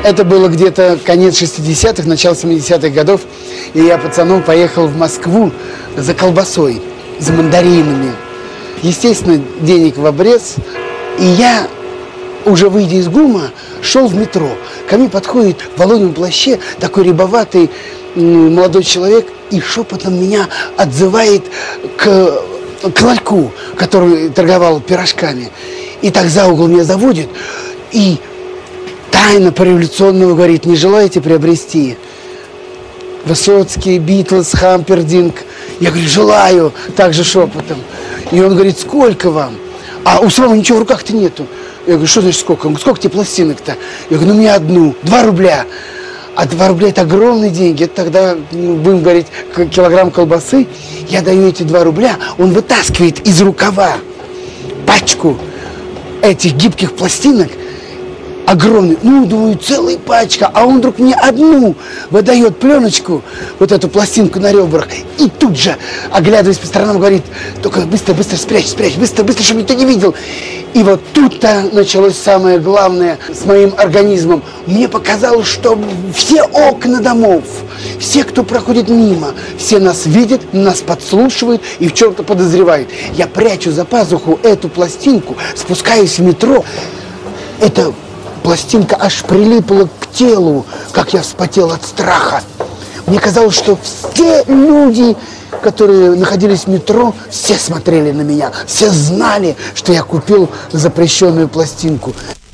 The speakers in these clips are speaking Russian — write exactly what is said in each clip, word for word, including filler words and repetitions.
Это было где-то конец шестидесятых, начало семидесятых годов. И я, пацаном, поехал в Москву за колбасой, за мандаринами. Естественно, денег в обрез. И я, уже выйдя из ГУМа, шел в метро. Ко мне подходит в воловьем плаще такой рябоватый молодой человек и шепотом меня отзывает к, к ларьку, который торговал пирожками. И так за угол меня заводит и тайно по-революционному говорит: не желаете приобрести Высоцкий, Битлз, Хампердинг? Я говорю: желаю, также шепотом. И он говорит: сколько вам? А у самого ничего в руках-то нету. Я говорю: что значит сколько? Он говорит: сколько тебе пластинок-то? Я говорю: ну мне одну, два рубля. А два рубля это огромные деньги. Это тогда, ну, будем говорить, килограмм колбасы. Я даю эти два рубля, он вытаскивает из рукава пачку этих гибких пластинок, огромный, ну, думаю, целая пачка, а он вдруг мне одну выдает пленочку, вот эту пластинку на ребрах, и тут же, оглядываясь по сторонам, говорит: только быстро, быстро спрячь, спрячь, быстро, быстро, чтобы никто не видел. И вот тут-то началось самое главное с моим организмом. Мне показалось, что все окна домов, все, кто проходит мимо, все нас видят, нас подслушивают и в чем-то подозревают. Я прячу за пазуху эту пластинку, спускаюсь в метро. Это пластинка аж прилипла к телу, как я вспотел от страха. Мне казалось, что все люди, которые находились в метро, все смотрели на меня, все знали, что я купил запрещенную пластинку.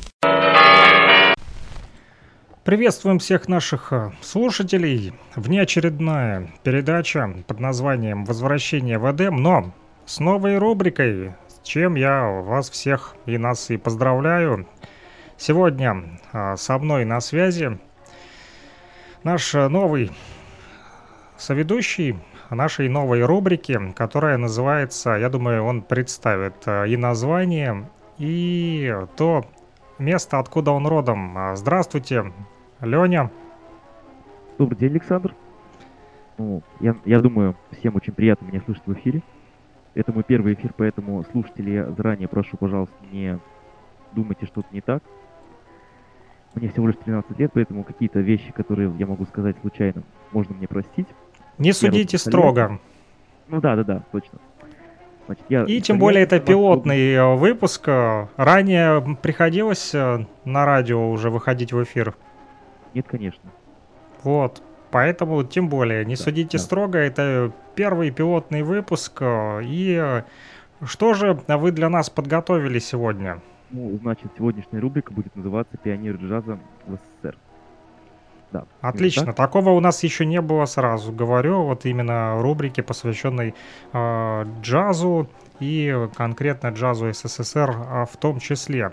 Приветствуем всех наших слушателей. Внеочередная передача под названием «Возвращение в Эдем», но с новой рубрикой, с чем я вас всех и нас и поздравляю. Сегодня а, со мной на связи наш новый соведущий нашей новой рубрики, которая называется, я думаю, он представит а, и название, и то место, откуда он родом. А, здравствуйте, Леня. Добрый день, Александр. Ну, я, я думаю, всем очень приятно меня слышать в эфире. Это мой первый эфир, поэтому слушатели, я заранее прошу, пожалуйста, не думайте что-то не так. Мне всего лишь тринадцать лет, поэтому какие-то вещи, которые я могу сказать случайно, можно мне простить. Не судите строго. Ну да, да, да, точно. Значит, я И тем более это пилотный буду... выпуск. Ранее приходилось на радио уже выходить в эфир? Нет, конечно. Вот, поэтому тем более не да, судите да. строго. Это первый пилотный выпуск. И что же вы для нас подготовили сегодня? Ну, значит, сегодняшняя рубрика будет называться «Пионеры джаза в СССР». Да. Отлично. Так? Такого у нас еще не было, сразу говорю. Вот именно рубрики, посвященной э, джазу и конкретно джазу СССР э, в том числе.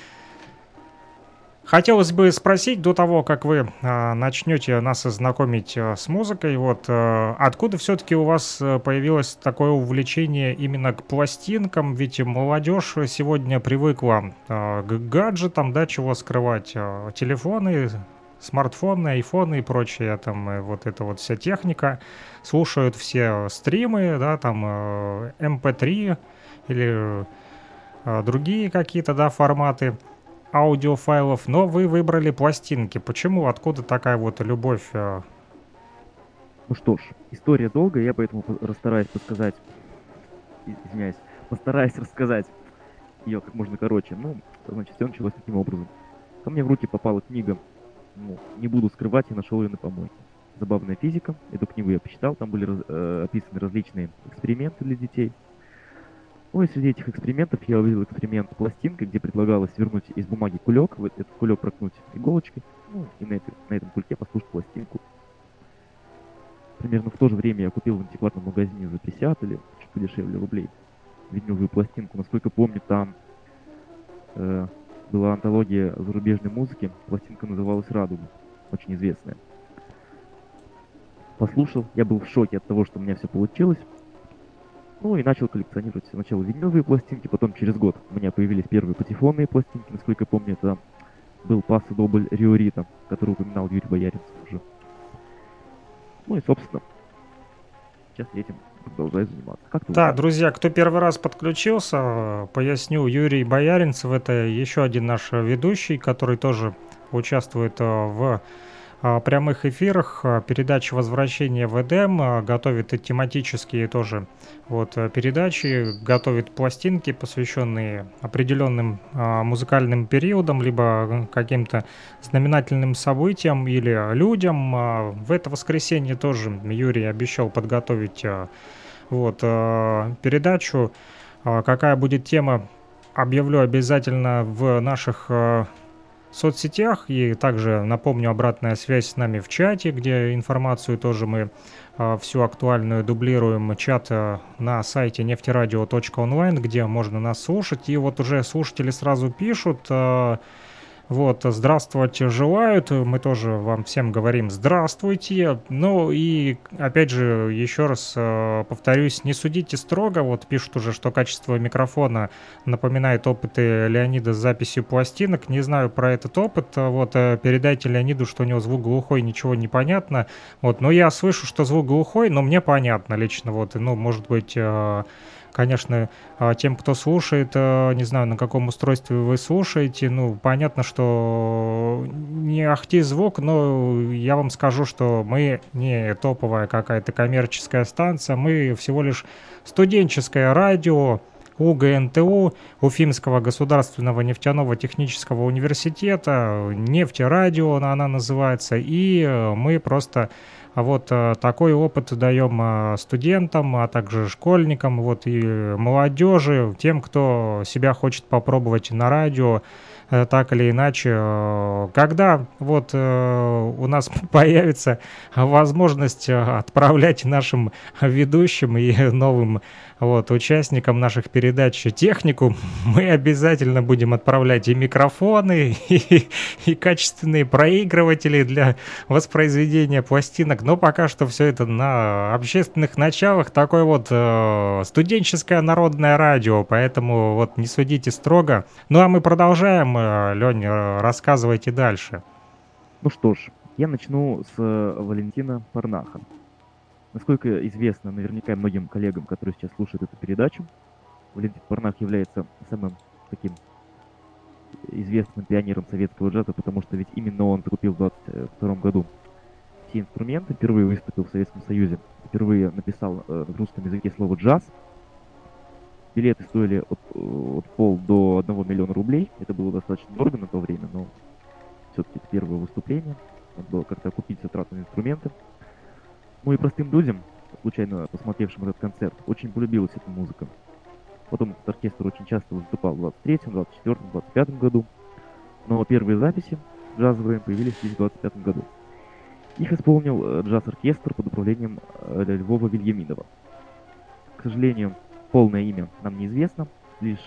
Хотелось бы спросить до того, как вы э, начнете нас знакомить э, с музыкой, вот э, откуда все-таки у вас появилось такое увлечение именно к пластинкам? Ведь молодежь сегодня привыкла э, к гаджетам, да, чего скрывать, э, телефоны, смартфоны, айфоны и прочее, там э, вот эта вот вся техника, слушают все стримы, да, там э, эм пэ три или э, другие какие-то, да, форматы аудиофайлов, но вы выбрали пластинки. Почему? Откуда такая вот любовь? Ну что ж, история долгая, я поэтому постараюсь подсказать, извиняюсь, постараюсь рассказать ее как можно короче. Ну, значит, все началось таким образом. Ко мне в руки попала книга, ну, не буду скрывать, я нашел ее на помойке. «Забавная физика». Эту книгу я почитал, там были э, описаны различные эксперименты для детей. Ну и среди этих экспериментов я увидел эксперимент с пластинкой, где предлагалось свернуть из бумаги кулек, вот этот кулек проткнуть иголочкой, ну и на, этой, на этом кульке послушать пластинку. Примерно в то же время я купил в антикварном магазине за пятьдесят или чуть подешевле рублей виниловую пластинку. Насколько помню, там э, была антология зарубежной музыки, пластинка называлась «Радуга», очень известная. Послушал, я был в шоке от того, что у меня все получилось. Ну и начал коллекционировать сначала виниловые пластинки, потом через год у меня появились первые патефонные пластинки. Насколько я помню, это был Пасо Добль Риорита, который упоминал Юрий Бояринцев уже. Ну и, собственно, сейчас я этим продолжаю заниматься. Как да, знаете? Друзья, кто первый раз подключился, поясню, Юрий Бояринцев — это еще один наш ведущий, который тоже участвует э, в э, прямых эфирах э, передачи «Возвращение в Эдем», э, готовит и тематические тоже вот, э, передачи, готовит пластинки, посвященные определенным э, музыкальным периодам, либо э, каким-то знаменательным событиям или людям. Э, В это воскресенье тоже Юрий обещал подготовить э, вот, э, передачу. Э, Какая будет тема, объявлю обязательно в наших э, соцсетях. И также напомню, обратная связь с нами в чате, где информацию тоже мы э, всю актуальную дублируем. Чат э, на сайте нефтерадио точка онлайн, где можно нас слушать. И вот уже слушатели сразу пишут. э, Вот, здравствовать желают. Мы тоже вам всем говорим здравствуйте. Ну и опять же, еще раз э, повторюсь, не судите строго. Вот пишут уже, что качество микрофона напоминает опыты Леонида с записью пластинок. Не знаю про этот опыт. Вот э, передайте Леониду, что у него звук глухой, ничего не понятно. Вот, но я слышу, что звук глухой, но мне понятно лично. Вот, и, ну, может быть, э, конечно, а, тем, кто слушает, э, не знаю, на каком устройстве вы слушаете, ну, понятно, что не ахти звук, но я вам скажу, что мы не топовая какая-то коммерческая станция, мы всего лишь студенческое радио УГНТУ, Уфимского государственного нефтяного технического университета, нефтерадио она называется, и э, мы просто а вот э, такой опыт даем э, студентам, а также школьникам, вот и молодежи, тем, кто себя хочет попробовать на радио, э, так или иначе. Э, когда вот э, у нас появится возможность э, отправлять нашим ведущим и новым вот, участникам наших передач технику, мы обязательно будем отправлять и микрофоны, и, и качественные проигрыватели для воспроизведения пластинок. Но пока что все это на общественных началах, такое вот э, студенческое народное радио, поэтому вот не судите строго. Ну а мы продолжаем. Э, Лень, э, рассказывайте дальше. Ну что ж, я начну с э, Валентина Парнаха. Насколько известно наверняка многим коллегам, которые сейчас слушают эту передачу, Валентин Парнах является самым таким известным пионером советского джаза, потому что ведь именно он закупил в двадцать втором году все инструменты, впервые выступил в Советском Союзе, впервые написал э, на русском языке слово «джаз». Билеты стоили от, от пол до одного миллиона рублей. Это было достаточно дорого на то время, но все-таки это первое выступление. Надо было как-то окупить затратные инструменты. Ну и простым людям, случайно посмотревшим этот концерт, очень полюбилась эта музыка. Потом этот оркестр очень часто выступал в двадцать третьем, двадцать четвёртом, двадцать пятом году. Но первые записи джазовые появились лишь в двадцать пятом году. Их исполнил джаз-оркестр под управлением Львова Вильяминова. К сожалению, полное имя нам неизвестно, лишь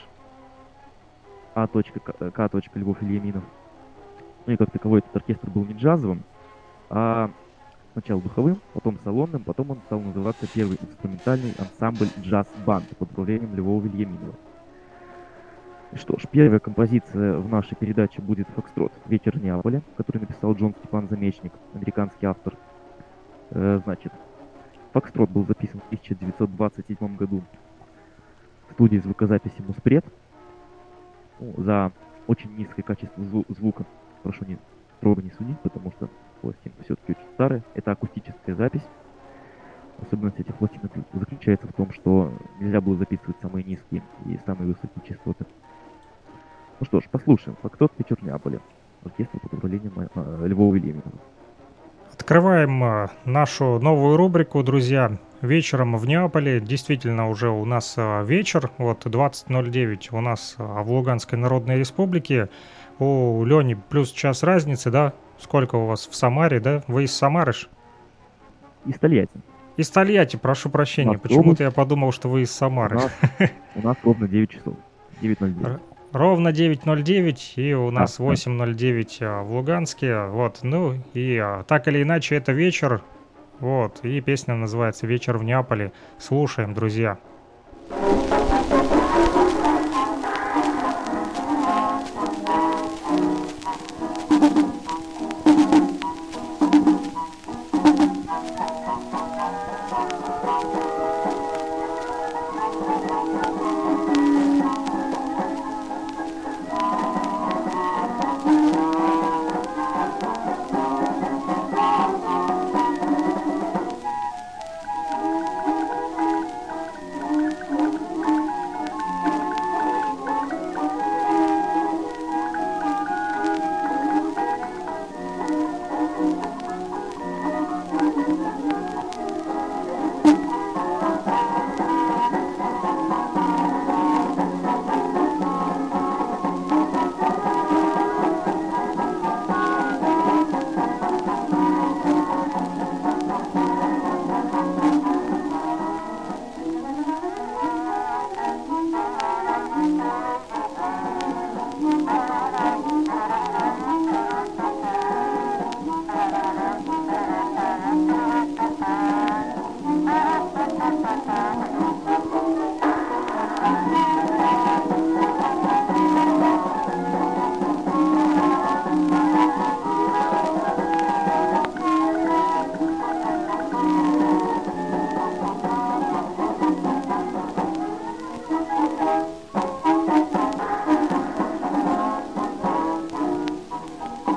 А. К. Львов Вильяминов. Ну и как таковой этот оркестр был не джазовым, а сначала духовым, потом салонным, потом он стал называться первый инструментальный ансамбль джаз-банд под управлением Львова Вильяминова. Что ж, первая композиция в нашей передаче будет «Фокстрот. Вечер в Неаполе», который написал Джон Степан Замечник, американский автор. Э, значит, «Фокстрот» был записан в тысяча девятьсот двадцать седьмом году в студии звукозаписи «Муспред». Ну, за очень низкое качество зву- звука прошу не, строго не судить, потому что пластинка все-таки очень старая. Это акустическая запись. Особенность этих пластинок заключается в том, что нельзя было записывать самые низкие и самые высокие частоты. Ну что ж, послушаем. «Фокстрот. Вечер в Неаполе». Оркестр под управлением э, Львова Вильяминова. Открываем э, нашу новую рубрику, друзья. Вечером в Неаполе. Действительно, уже у нас э, вечер. Вот двадцать ноль девять у нас э, в Луганской Народной Республике. У Лени плюс час разницы, да? Сколько у вас в Самаре, да? Вы из Самары ж? Из Тольятти. Из Тольятти, прошу прощения. Москва. Почему-то я подумал, что вы из У Самары. нас, у нас ровно девять часов. девять ноль девять. Ровно девять ноль девять, и у Да, нас да. восемь ноль девять а, в Луганске. Вот, ну и а, так или иначе это вечер. Вот, и песня называется «Вечер в Неаполе». Слушаем, друзья.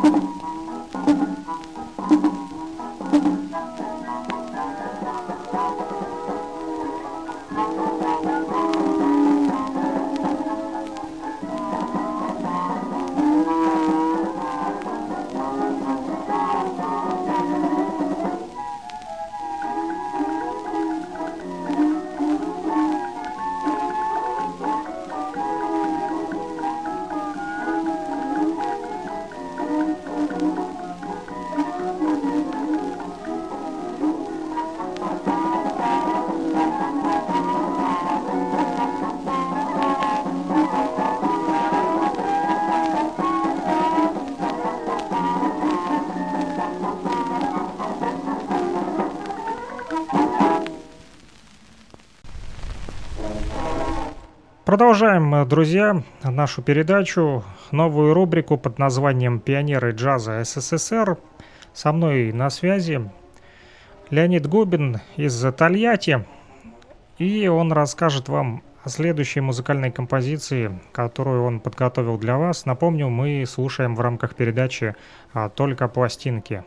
Продолжаем, друзья, нашу передачу, новую рубрику под названием «Пионеры джаза СССР». Со мной на связи Леонид Губин из Тольятти, и он расскажет вам о следующей музыкальной композиции, которую он подготовил для вас. Напомню, мы слушаем в рамках передачи а, только пластинки.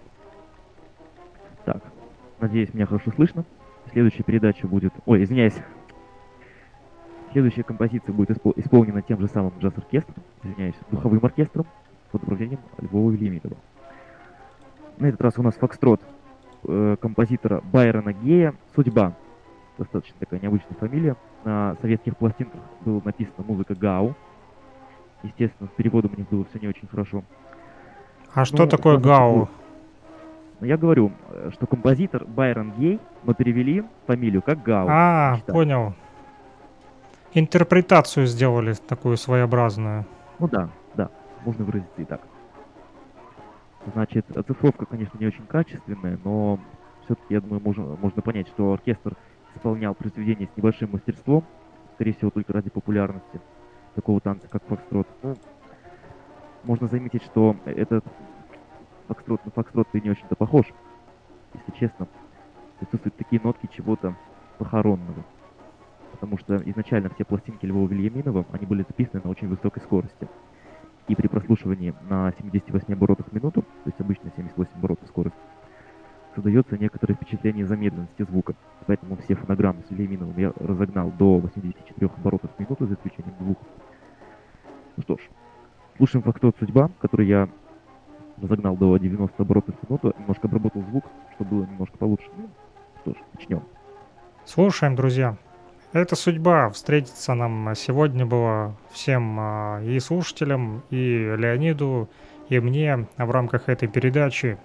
Так, надеюсь, меня хорошо слышно. Следующая передача будет... Ой, извиняюсь. Следующая композиция будет испол... исполнена тем же самым джаз-оркестром, извиняюсь, духовым оркестром под управлением Львова Вильяминова. На этот раз у нас фокстрот э, композитора Байрона Гея «Судьба». Достаточно такая необычная фамилия. На советских пластинках было написано музыка Гау. Естественно, с переводом у них было все не очень хорошо. А что Ну, такое Гау? Ну, я говорю, что композитор Байрон Гей, мы перевели фамилию как Гау. А, Читали. понял. Интерпретацию сделали такую своеобразную. Ну да, да, можно выразиться и так. Значит, оцифровка, конечно, не очень качественная, но все-таки, я думаю, можно, можно понять, что оркестр исполнял произведение с небольшим мастерством, скорее всего, только ради популярности такого танца, как фокстрот. Ну, можно заметить, что этот фокстрот на фокстрот и не очень-то похож, если честно. Присутствуют такие нотки чего-то похоронного. Потому что изначально все пластинки Львова Вильяминова, они были записаны на очень высокой скорости. И при прослушивании на семидесяти восьми оборотах в минуту, то есть обычно семьдесят восемь оборотов скорость, создается некоторое впечатление замедленности звука. Поэтому все фонограммы с Вильяминовым я разогнал до восьмидесяти четырёх оборотов в минуту, за исключением двух. Ну что ж, слушаем фокстрот «Судьба», который я разогнал до девяноста оборотов в минуту, немножко обработал звук, чтобы было немножко получше. Ну что ж, начнем. Слушаем, друзья. Это судьба. Встретиться нам сегодня было всем и слушателям, и Леониду, и мне в рамках этой передачи.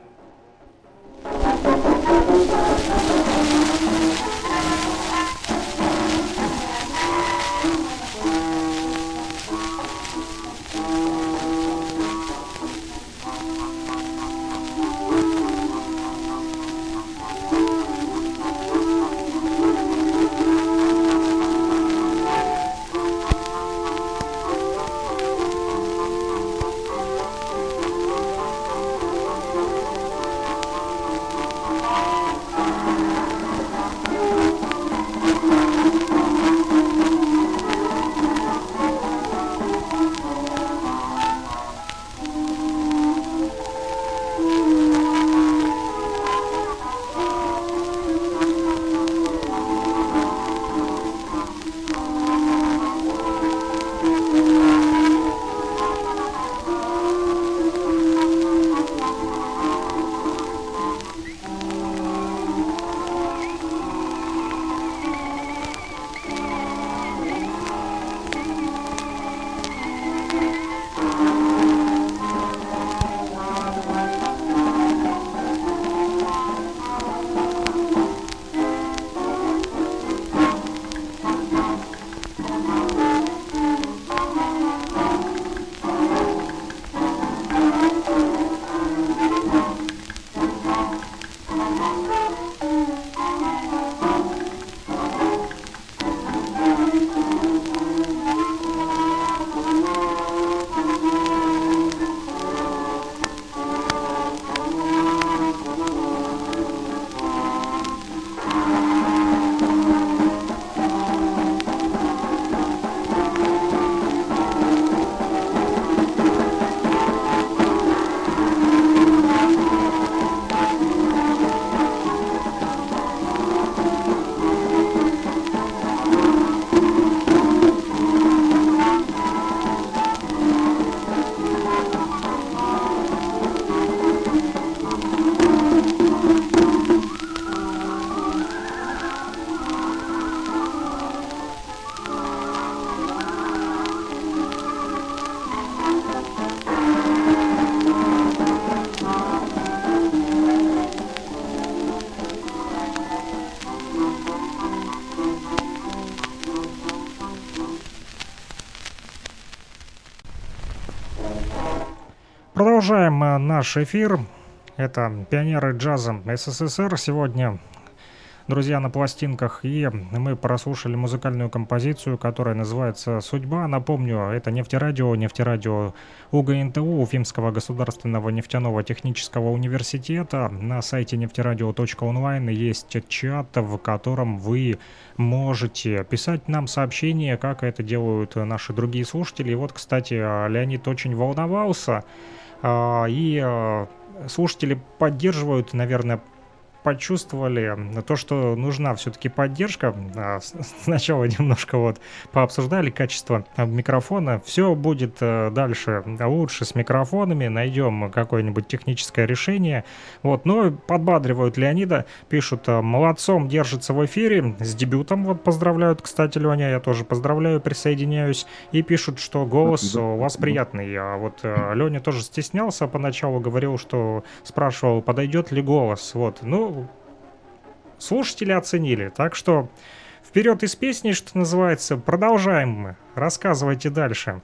Продолжаем э, наш эфир. Это пионеры джаза СССР сегодня. Друзья на пластинках, и мы прослушали музыкальную композицию, которая называется «Судьба». Напомню, это нефтерадио, нефтерадио УГНТУ, Уфимского государственного нефтяного технического университета. На сайте нефтерадио точка онлайн есть чат, в котором вы можете писать нам сообщения, как это делают наши другие слушатели. И вот, кстати, Леонид очень волновался, а, и а, слушатели поддерживают, наверное, почувствовали то, что нужна все-таки поддержка. А, с- Сначала немножко вот пообсуждали качество а, микрофона. Все будет э, дальше лучше с микрофонами. Найдем какое-нибудь техническое решение. Вот, но подбадривают Леонида, пишут: э, молодцом, держится в эфире, с дебютом вот поздравляют, кстати, Леня, я тоже поздравляю, присоединяюсь. И пишут, что голос Спасибо, у вас спасибо. приятный. А вот Леня тоже стеснялся поначалу, говорил, что спрашивал, подойдет ли голос. Вот, ну, слушатели оценили. Так что вперед из песни, что называется. Продолжаем мы. Рассказывайте дальше.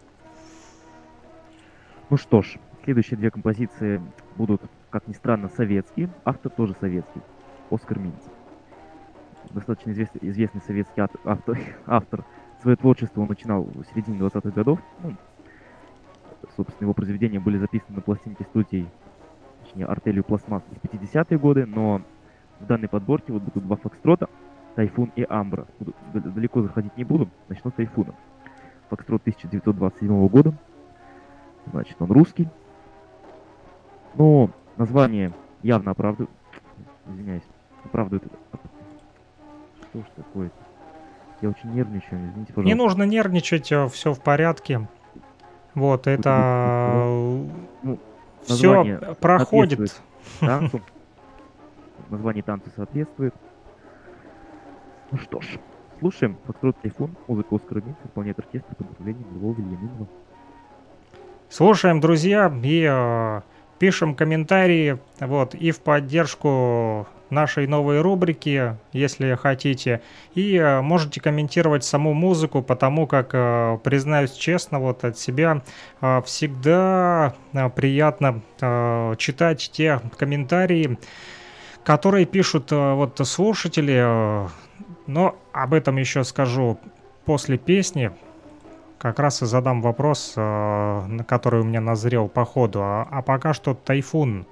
Ну что ж, следующие две композиции будут, как ни странно, советские. Автор тоже советский. Оскар Минц. Достаточно известный, известный советский ат- автор, автор. Свое творчество он начинал в середине двадцатых годов. Ну, собственно, его произведения были записаны на пластинке студии, точнее, Артелью Пластмасс в пятидесятые годы, но в данной подборке вот будут два фокстрота, Тайфун и Амбра. Буду- д- далеко заходить не буду, начну с Тайфуна. Фокстрот тысяча девятьсот двадцать седьмого года, значит, он русский. Но название явно оправдывает, извиняюсь, оправдывает. Что ж такое-то? Я очень нервничаю, извините, Не пожалуйста. нужно нервничать, все в порядке. Вот, Буду- буду- буду- это Ну, все название соответствует проходит. танцу. Название танца соответствует. Ну что ж, слушаем Фокстрот Тайфун, музыка Оскара Минца, исполняет оркестр под управлением Львова Вильяминова. Слушаем, друзья, и э, пишем комментарии, вот, и в поддержку нашей новой рубрики, если хотите, и э, можете комментировать саму музыку, потому как, э, признаюсь честно, вот от себя э, всегда э, приятно э, читать те комментарии, которые пишут э, вот слушатели, э, но об этом еще скажу после песни. Как раз и задам вопрос, э, на который у меня назрел по ходу. А, а пока что «Тайфун».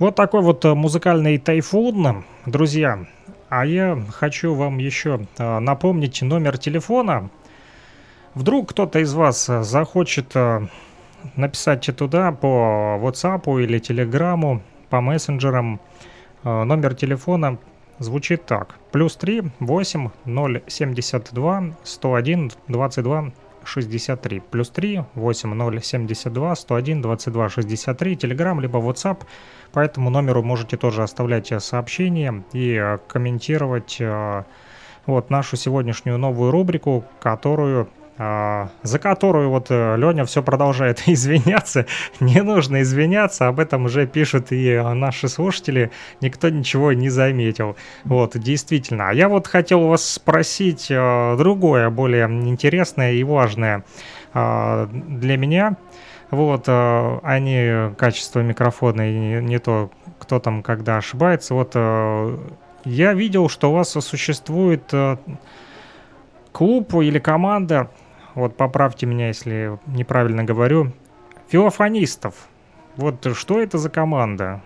Вот такой вот э, музыкальный тайфун, друзья. А я хочу вам еще э, напомнить номер телефона. Вдруг кто-то из вас э, захочет э, написать туда по WhatsApp или Телеграму, по мессенджерам. Э, Номер телефона звучит так. Плюс три восемь ноль семьдесят два сто один двадцать два шестьдесят три. Плюс три восемь ноль семьдесят два сто один двадцать два шестьдесят три. Телеграм либо WhatsApp. По этому номеру можете тоже оставлять э, сообщения и э, комментировать э, вот нашу сегодняшнюю новую рубрику, которую а, за которую вот э, Леня все продолжает извиняться. Не нужно извиняться, об этом уже пишут и э, наши слушатели. Никто ничего не заметил. Вот, действительно. А я вот хотел у вас спросить э, другое, более интересное и важное э, для меня. Вот, э, а не качество микрофона и не, не то, кто там когда ошибается. Вот э, я видел, что у вас существует э, клуб или команда, вот поправьте меня, если неправильно говорю, филофонистов. Вот что это за команда?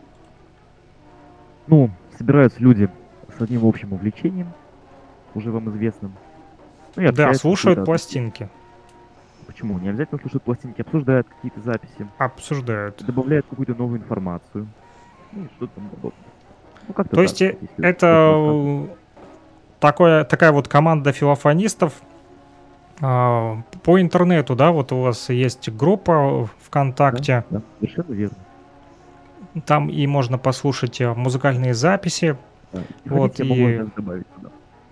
Ну, собираются люди с одним общим увлечением, уже вам известным. Ну, и Да, общаются слушают какие-то- пластинки, Почему? Не обязательно слушают пластинки, обсуждают какие-то записи, обсуждают. добавляют какую-то новую информацию. Ну, и что-то там подобное. Ну, как-то То есть так, э, если можно сказать. это э, такое, такая вот команда филофонистов а, по интернету, да, вот у вас есть группа ВКонтакте, Да, да, совершенно верно. там и можно послушать э, музыкальные записи. Да. Вот, Вот, я могу и- даже добавить туда.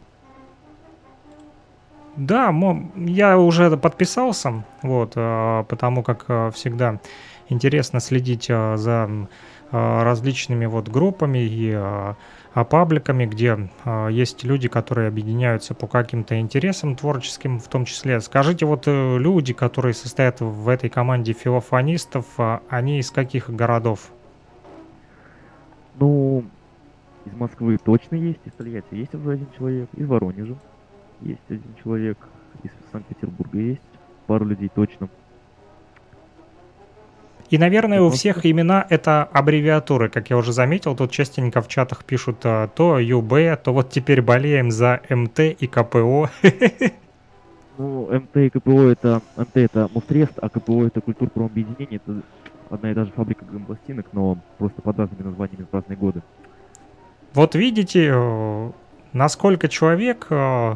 Да, мо- я уже подписался, вот, э, потому как э, всегда интересно следить э, за м, э, различными вот группами и э, а, пабликами, где э, есть люди, которые объединяются по каким-то интересам творческим в том числе. Скажите, вот э, люди, которые состоят в этой команде филофонистов, э, они из каких городов? Ну, из Москвы точно есть, из Тольятти есть уже один человек, из Воронежа есть один человек, из Санкт-Петербурга есть пару людей точно. И, наверное, у Просто- всех имена это аббревиатуры, как я уже заметил, тут частенько в чатах пишут а, то ю бэ, то вот теперь болеем за эм тэ и ка пэ о. Ну, эм тэ и ка пэ о это, эм тэ это Муфтрест, а ка пэ о это Культурпромобъединение, это одна и та же фабрика грампластинок, но просто под разными названиями в разные годы. Вот видите, э, насколько человек э,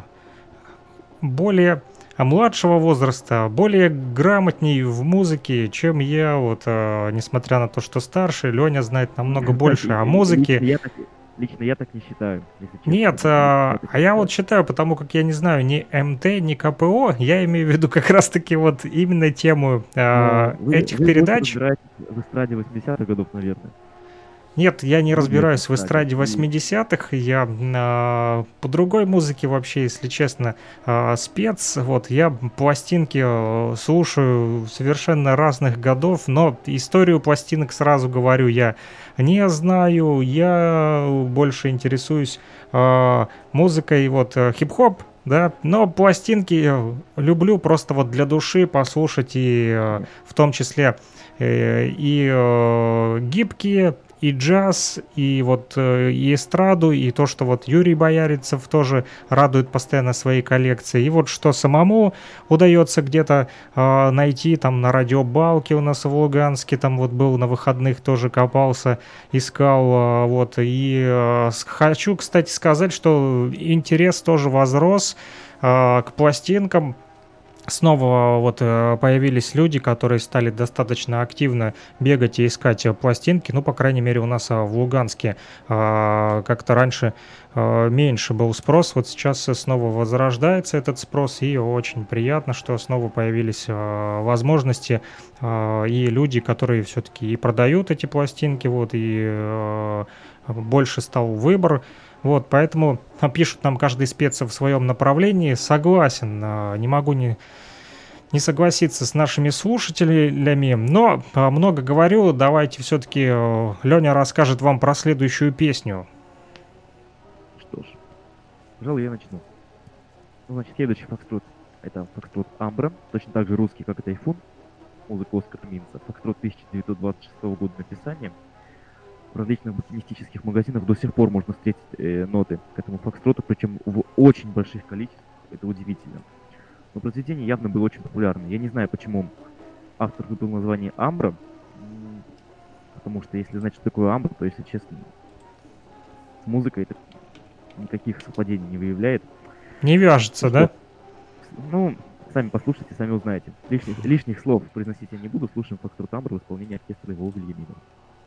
более а, младшего возраста, более грамотней в музыке, чем я, вот, э, несмотря на то, что старше, Леня знает намного больше о музыке. Лично я так, лично я так не считаю, если честно. Нет, Лично а, я так а не я считаю. вот считаю, потому как я не знаю ни эм тэ, ни ка пэ о, я имею в виду как раз-таки вот именно тему а, Но вы- этих вы больше передач. разбираетесь в эстраде восьмидесятых годов, наверное. Нет, я не Ну, разбираюсь нет, в эстраде эстраде. восьмидесятых, я а, по другой музыке вообще, если честно, а, спец. Вот я пластинки а, слушаю совершенно разных годов, но историю пластинок сразу говорю, я не знаю, я больше интересуюсь а, музыкой, вот а, хип-хоп. Да, но пластинки э, люблю просто вот для души послушать и э, в том числе э, и э, гибкие, и джаз, и вот э, и эстраду, и то, что вот Юрий Бояринцев тоже радует постоянно своей коллекцией. И вот что самому удается где-то э, найти, там на радиобалке у нас в Луганске, там вот был на выходных, тоже копался, искал, э, вот. И э, с- хочу, кстати, сказать, что интерес тоже возрос э, к пластинкам. Снова вот э, появились люди, которые стали достаточно активно бегать и искать э, пластинки. Ну, по крайней мере, у нас э, в Луганске э, как-то раньше э, меньше был спрос. Вот сейчас э, снова возрождается этот спрос, и очень приятно, что снова появились э, возможности э, и люди, которые все-таки и продают эти пластинки, вот, и э, больше стал выбор. Вот, поэтому а, пишут нам каждый спец в своем направлении. Согласен, а, не могу не, не согласиться с нашими слушателями, но а, много говорю, давайте все-таки Леня расскажет вам про следующую песню. Что ж, пожалуй, я начну. Ну, значит, следующий фокстрот — это фокстрот Амбра, точно так же русский, как и Тайфун, музыка Оскара Минца. Фокстрот тысяча девятьсот двадцать шестого года написания. в различных букинистических магазинах до сих пор можно встретить э, ноты к этому фокстроту, причем в очень больших количествах. Это удивительно. Но произведение явно было очень популярно. Я не знаю, почему автор выбрал название «Амбра», м, потому что если знать, что такое амбра, то, если честно, с музыкой это никаких совпадений не выявляет. Не вяжется, Ну да? что, ну, сами послушайте, сами узнаете. Лишних, лишних слов произносить я не буду. Слушаем фокстрот «Амбра» в исполнении оркестра Львова Вильяминова.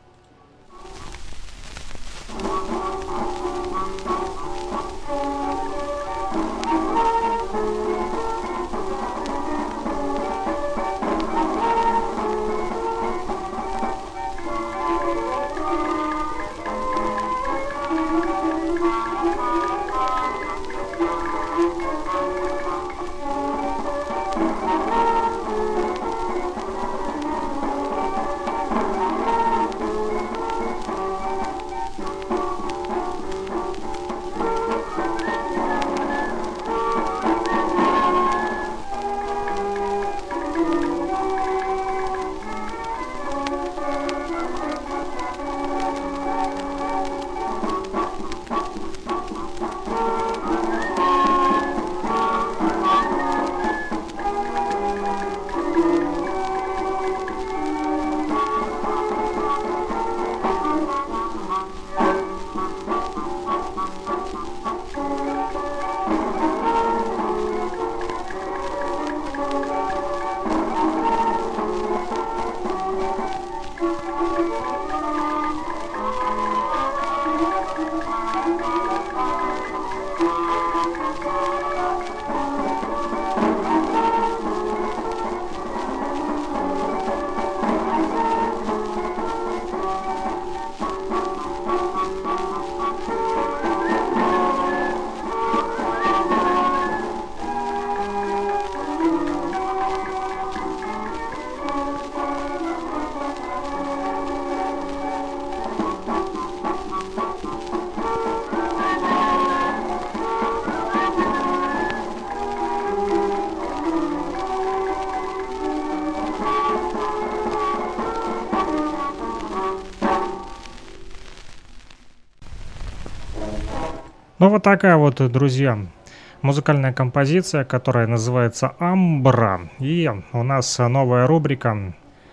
Ну вот такая вот, друзья, музыкальная композиция, которая называется «Амбра». И у нас новая рубрика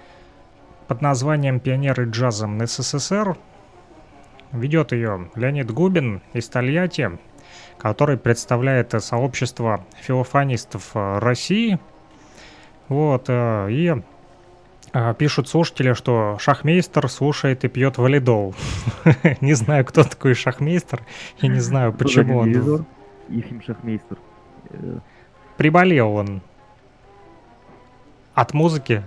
под названием «Пионеры джаза СССР». Ведет ее Леонид Губин из Тольятти, который представляет сообщество филофонистов России. Вот, и пишут слушатели, что шахмейстер слушает и пьет валидол. Не знаю, кто такой шахмейстер, и не знаю, почему он... Ефим Шахмейстер. Приболел он от музыки,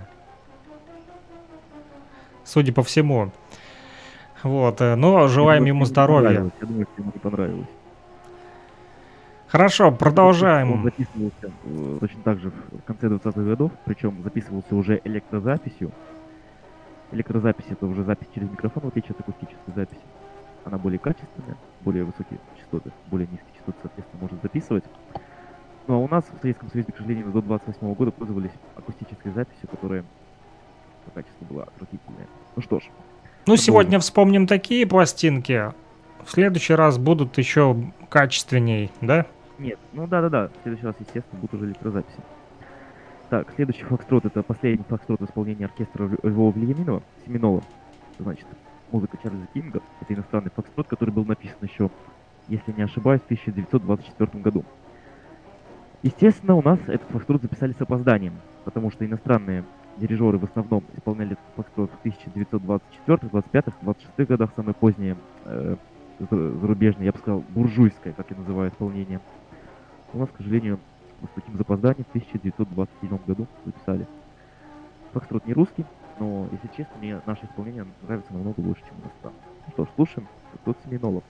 судя по всему. Вот, но желаем ему здоровья. Я думаю, что ему не понравилось. Хорошо, продолжаем. Он записывался э, точно так же в конце двадцатых годов, причем записывался уже электрозаписью. Электрозапись — это уже запись через микрофон, в отличие от акустической записи. Она более качественная, более высокие частоты, более низкие частоты, соответственно, может записывать. Ну а у нас в Советском Союзе, к сожалению, до двадцать восьмого года пользовались акустической записью, которая по качеству была отвратительная. Ну что ж. Ну, сегодня вспомним такие пластинки. В следующий раз будут еще качественней, да? Нет, ну да-да-да, в следующий раз, естественно, будут уже электрозаписи. Так, следующий фокстрот — это последний фокстрот в исполнении оркестра Львова Вильяминова, Семенова. Значит, музыка Чарльза Кинга. Это иностранный фокстрот, который был написан еще, если не ошибаюсь, в тысяча девятьсот двадцать четвёртом году. Естественно, у нас этот фокстрот записали с опозданием, потому что иностранные дирижеры в основном исполняли этот фокстрот в тысяча девятьсот двадцать четвёртом, двадцать пятом, двадцать шестом годах, самые поздние э, зарубежные, я бы сказал, буржуйское, как я называю, исполнение. У нас, к сожалению, с таким запозданием в тысяча девятьсот двадцать седьмом году записали. Фокстрот не русский, но, если честно, мне наше исполнение нравится намного лучше, чем иностранное. Ну что ж, слушаем фокстрот Семенова.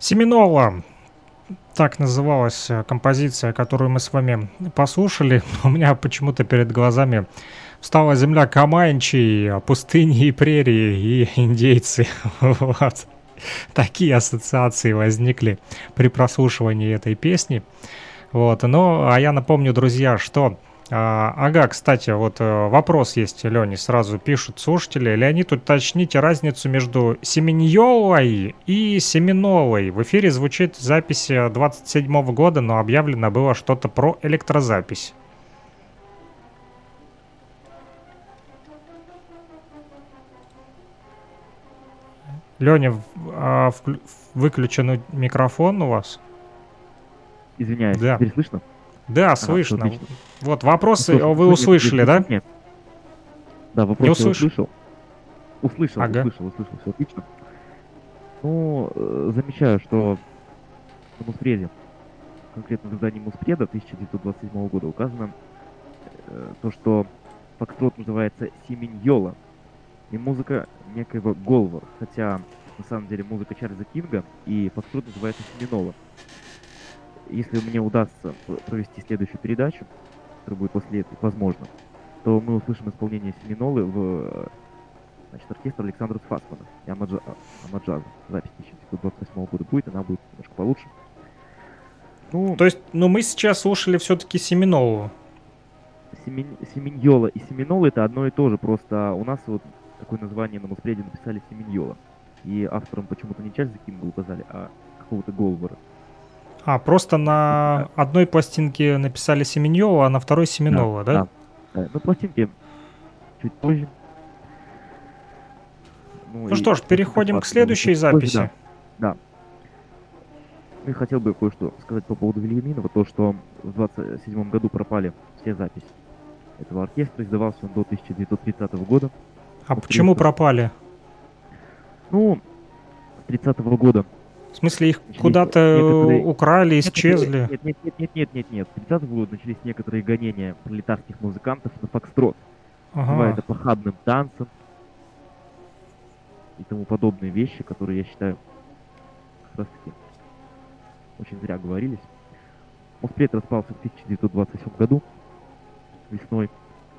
Семенова. Так называлась э, композиция, которую мы с вами послушали. У меня почему-то перед глазами встала земля Камаинчи, пустыни и прерии, и индейцы. Вот. Такие ассоциации возникли при прослушивании этой песни. Вот. Ну, а я напомню, друзья, что... а, ага, кстати, вот э, вопрос есть, Лене, сразу пишут слушатели. Леонид, уточните разницу между Семеньолой и Семеновой. В эфире звучит запись э, двадцать седьмого года, но объявлено было что-то про электрозапись. Леня, в- а, вклю- выключен микрофон у вас? Извиняюсь, Да. теперь слышно? Да, Ага, всё слышно. отлично. Вот Ну вопросы что ж, э, вы сегодня услышали, да? нет. Да, Не вопрос я услышал? услышал. Услышал, Ага. услышал, услышал, все отлично. Ну, э, замечаю, что на Муспреде, конкретно в издании Муспреда тысяча девятьсот двадцать седьмого года указано э, то, что фокстрот называется Семеньола, и музыка некоего Голвар, хотя на самом деле музыка Чарльза Кинга, и фокстрот называется Семенола. Если мне удастся п- провести следующую передачу, которая будет после этой, возможно, то мы услышим исполнение Семенолы в э, значит, оркестр Александра Фасмана и Амаджа... а, Амаджаза. Запись тысяча девятьсот двадцать восьмого года будет, она будет немножко получше. Ну, То есть, ну мы сейчас слушали все-таки Семенову. Семен... Семеньола и Семенола это одно и то же, просто у нас вот такое название на Муспреде написали Семеньола. И автором почему-то не Чарльза Кинга указали, а какого-то Голвара. А, просто Да, на одной пластинке написали Семеньева, а на второй да, Семенова, да? да. Да. Ну, пластинки чуть позже. Ну Ну и что ж, пластинка переходим к Фасмана следующей чуть позже, записи. да. Да. Ну и хотел бы кое-что сказать по поводу Вильяминова, то, что в двадцать седьмом году пропали все записи этого оркестра, издавался он до тысяча девятьсот тридцатого года. А Вот почему приехал- пропали? Ну, с тридцатого года. В смысле, их Начались куда-то некоторые- украли, некоторые- исчезли? Нет, нет, нет, нет, нет, нет, нет. С тридцатого года начались некоторые гонения пролетарских музыкантов на фокстрот. Называют Ага. это похабным танцем и тому подобные вещи, которые, я считаю, как раз таки очень зря говорились. Муспред распался в тысяча девятьсот двадцать восьмом году, весной.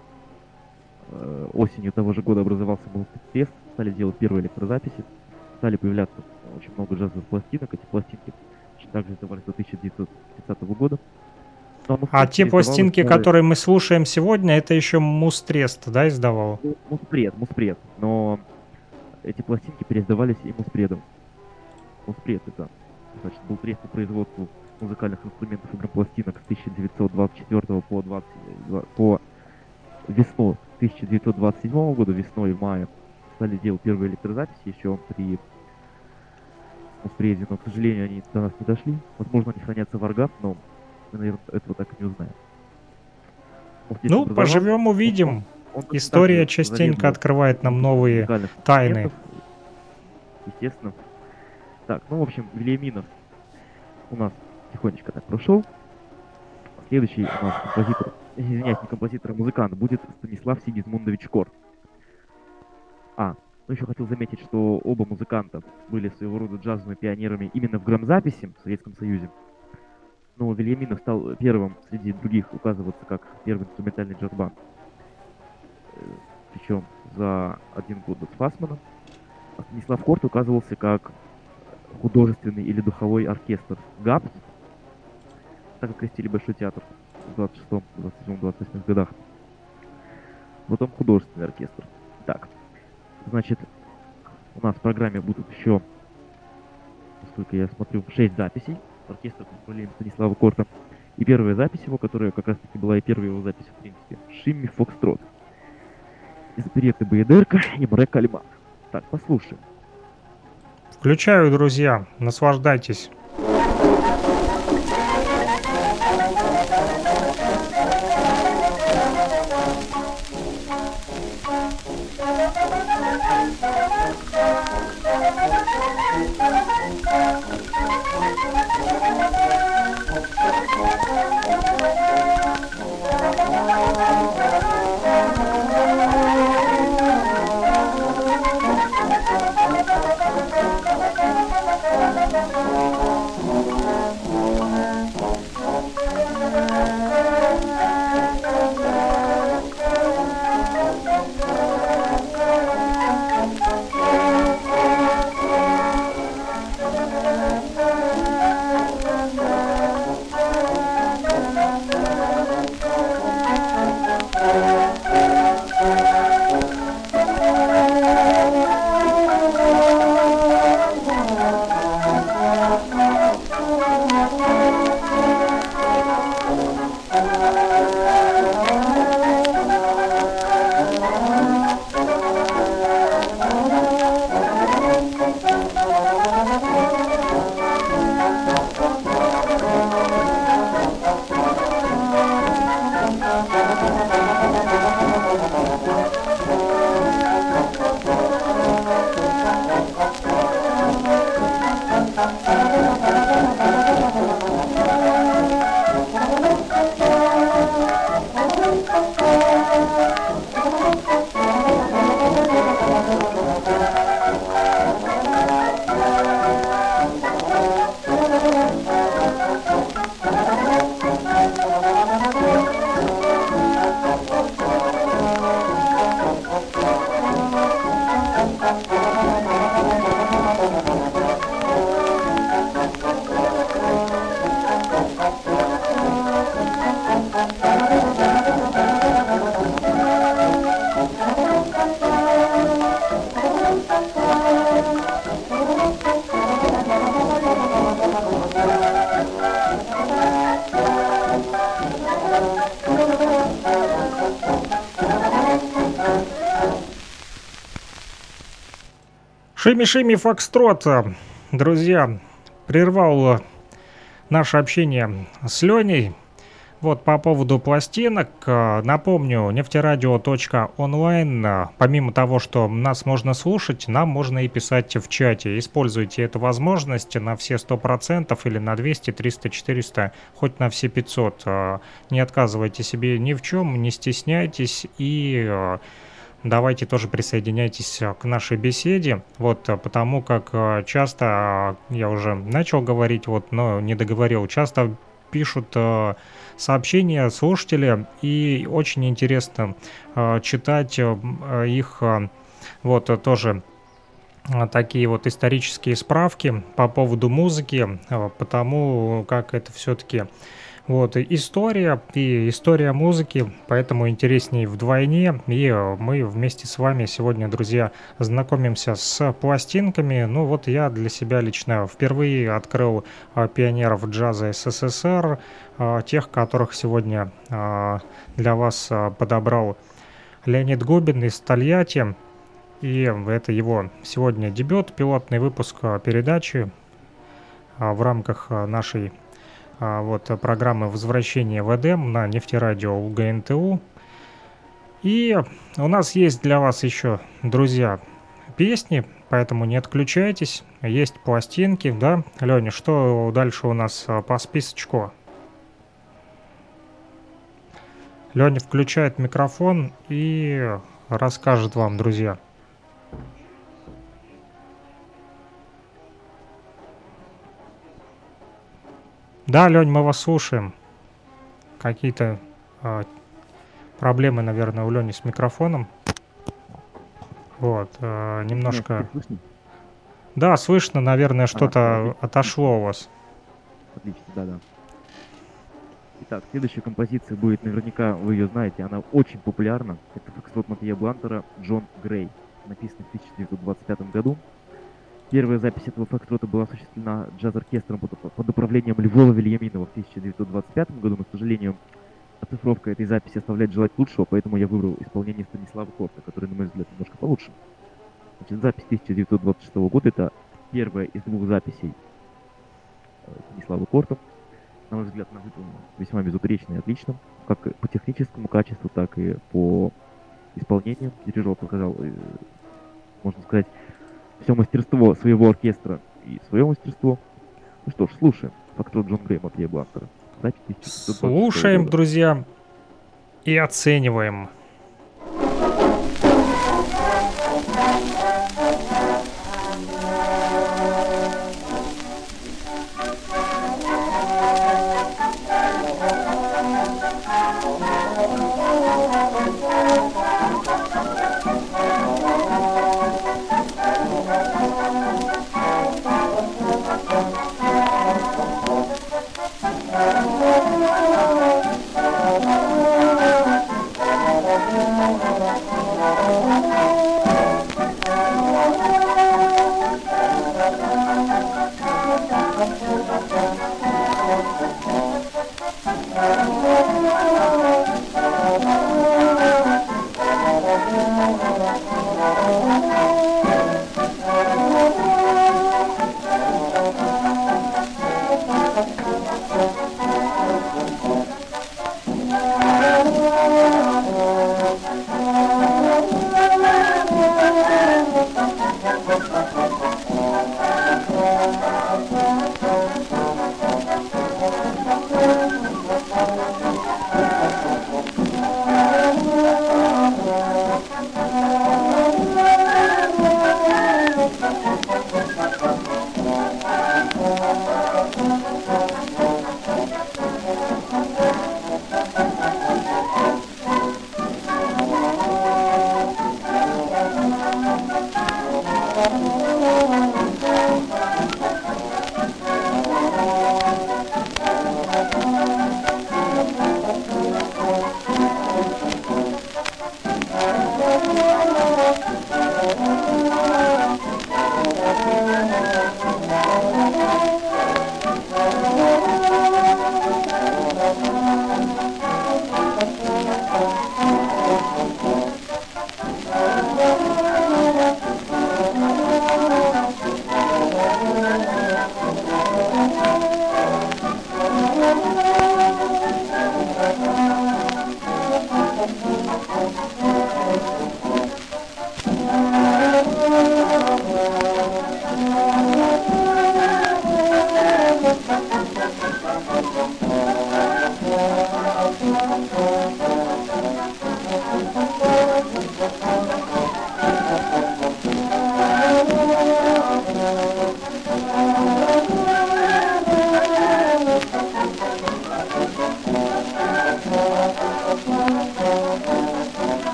Э, Осенью того же года образовался Муспред, стали делать первые электрозаписи, стали появляться очень много джазовых пластинок. Эти пластинки точно также издавались до тысяча девятьсот тридцатого года. Ну, А Муспред те переиздавал пластинки, старые- которые мы слушаем сегодня, это еще Мустрест, да, издавал? Ну, Муспред, Муспред, но эти пластинки переиздавались и Муспредом. Муспред это, значит, был трест по производству музыкальных инструментов и грампластинок с тысяча девятьсот двадцать четвёртого по, двадцать, по весну тысяча девятьсот двадцать седьмого года, весной и в мае, стали делать первые электрозаписи еще при Муспреде, но, к сожалению, они до нас не дошли. Возможно, они хранятся в аргах, но мы, наверное, этого так и не узнаем. Муспред Ну, образовался, поживем, увидим. он- он точно История так же частенько зарезал открывает нам новые музыкальных тайны. инструментов, естественно. Так, ну, в общем, Вильяминов у нас тихонечко так прошел. Следующий у нас композитор, извиняюсь, не композитор, а музыкант, будет Станислав Сигизмундович Кор. А, ну еще хотел заметить, что оба музыканта были своего рода джазовыми пионерами именно в грамзаписи в Советском Союзе. Но Вильяминов стал первым среди других указываться как первый инструментальный джаз-банд. Причем за один год до Фасмана. А Станислав Корт указывался как художественный или духовой оркестр ГАПС, так как крестили Большой театр в двадцать шестом, двадцать седьмом, двадцать восьмом годах. Потом художественный оркестр. Так, значит, у нас в программе будут еще, насколько я смотрю, шесть записей оркестра под управлением Станислава Корта. И первая запись его, которая как раз таки была и первая его запись, в принципе, Шимми Фокстрот. Из оперетты Баядерка и Мре Кальмак. Так, послушаем. Включаю, друзья, наслаждайтесь. Thank you. Шими-шими Фокстрот, друзья, прервал наше общение с Леней. Вот по поводу пластинок, напомню, нефтерадио точка онлайн, помимо того, что нас можно слушать, нам можно и писать в чате. Используйте эту возможность на все сто процентов или на двести, триста, четыреста, хоть на все пятьсот. Не отказывайте себе ни в чем, не стесняйтесь и... Давайте тоже присоединяйтесь к нашей беседе, вот, потому как часто, я уже начал говорить, вот, но не договорил, часто пишут сообщения слушатели, и очень интересно читать их, вот, тоже такие вот исторические справки по поводу музыки, потому как это все-таки... Вот, история и история музыки, поэтому интереснее вдвойне. И мы вместе с вами сегодня, друзья, знакомимся с пластинками. Ну вот я для себя лично впервые открыл а, пионеров джаза СССР, а, тех, которых сегодня а, для вас а, подобрал Леонид Губин из Тольятти. И это его сегодня дебют, пилотный выпуск а, передачи а, в рамках а, нашей вот программы «Возвращение в Эдем» на нефтерадио УГНТУ. И у нас есть для вас еще, друзья, песни, поэтому не отключайтесь. Есть пластинки, да? Леня, что дальше у нас по списочку? Леня включает микрофон и расскажет вам, друзья. Да, Лень, мы вас слушаем. Какие-то э, проблемы, наверное, у Лени с микрофоном. Вот, э, немножко... Слышно? Да, слышно, наверное, что-то а, отошло у вас. Отлично, да-да. Итак, следующая композиция будет, наверняка вы ее знаете, она очень популярна. Это Фокстрот Матье Блантера «Джон Грей», написанный в тысяча девятьсот двадцать пятом году. Первая запись этого фокстрота была осуществлена джаз-оркестром под, под управлением Львова Вильяминова в тысяча девятьсот двадцать пятом году, но, к сожалению, оцифровка этой записи оставляет желать лучшего, поэтому я выбрал исполнение Станислава Корта, который, на мой взгляд, немножко получше. Значит, запись тысяча девятьсот двадцать шестого года — это первая из двух записей Станислава Корта. На мой взгляд, она выполнена весьма безупречно и отлично, как по техническому качеству, так и по исполнению. Дирижер показал, можно сказать, все мастерство своего оркестра и свое мастерство. Ну что ж, слушаем Фокстрот Джон Грей Матье Блантера. Слушаем, друзья, и оцениваем. Thank you.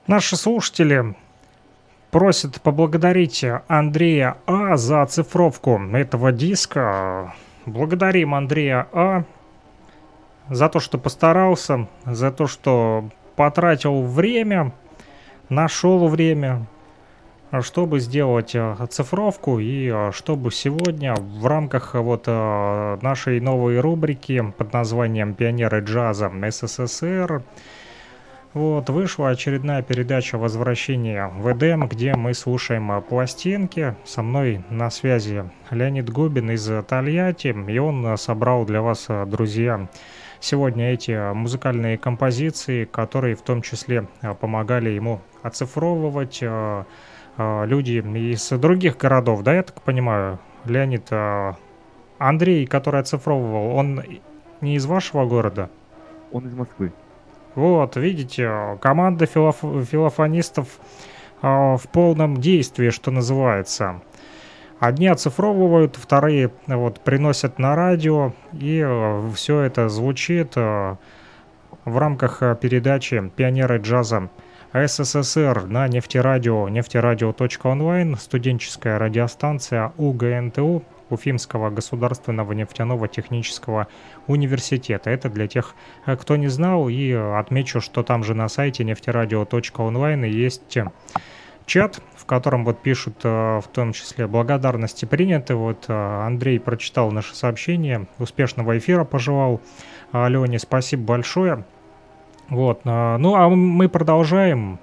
Наши слушатели просят поблагодарить Андрея А за оцифровку этого диска. Благодарим Андрея А за то, что постарался, за то, что потратил время, нашел время, чтобы сделать э, оцифровку и э, чтобы сегодня в рамках э, вот э, нашей новой рубрики под названием «Пионеры джаза СССР» вот вышла очередная передача «Возвращение в Эдем», где мы слушаем э, пластинки. Со мной на связи Леонид Губин из Тольятти, и он э, собрал для вас, э, друзья, сегодня эти музыкальные композиции, которые в том числе э, помогали ему оцифровывать э, э, люди из других городов, да, я так понимаю, Леонид, э, Андрей, который оцифровывал, он не из вашего города? Он из Москвы. Вот, видите, команда филоф- филофонистов э, в полном действии, что называется. Одни оцифровывают, вторые вот приносят на радио, и все это звучит э, в рамках э, передачи «Пионеры джаза СССР» на нефтерадио, нефтерадио точка онлайн, студенческая радиостанция УГНТУ, Уфимского государственного нефтяного технического университета. Это для тех, э, кто не знал, и э, отмечу, что там же на сайте нефтерадио точка онлайн есть э, чат, в котором вот пишут э, в том числе благодарности приняты. Вот э, Андрей прочитал наше сообщение, успешного эфира пожелал. Э, Лене спасибо большое. Вот, э, ну а мы продолжаем.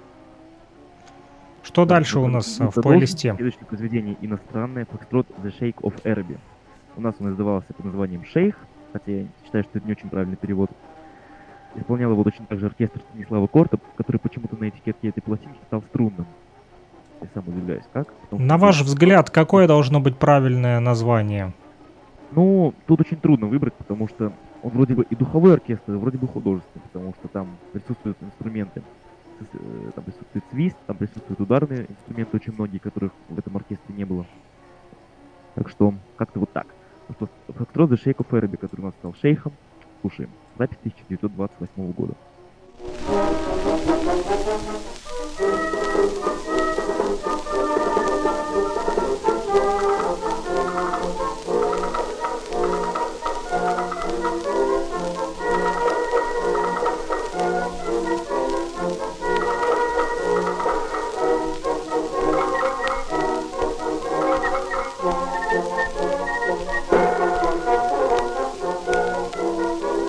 Что Да, дальше мы у прод- нас мы э, в продолжим. плейлисте? Следующее произведение иностранное «Фокстрот The Shake of Araby». У нас он издавался под названием «Шейх», хотя я считаю, что это не очень правильный перевод. Исполнял его точно так же оркестр Станислава Корта, который почему-то на этикетке этой пластинки стал струнным. Я сам удивляюсь, как. Потому что На он ваш был- взгляд, какое должно быть правильное название? Ну, тут очень трудно выбрать, потому что он вроде бы и духовой оркестр, и вроде бы художественный, потому что там присутствуют инструменты. С- э, Там присутствует свист, там присутствуют ударные инструменты, очень многие, которых в этом оркестре не было. Так что как-то вот так. Ну что, Фокстрот The Shake of Araby, который у нас стал шейхом, слушаем. Запись тысяча девятьсот двадцать восьмого года.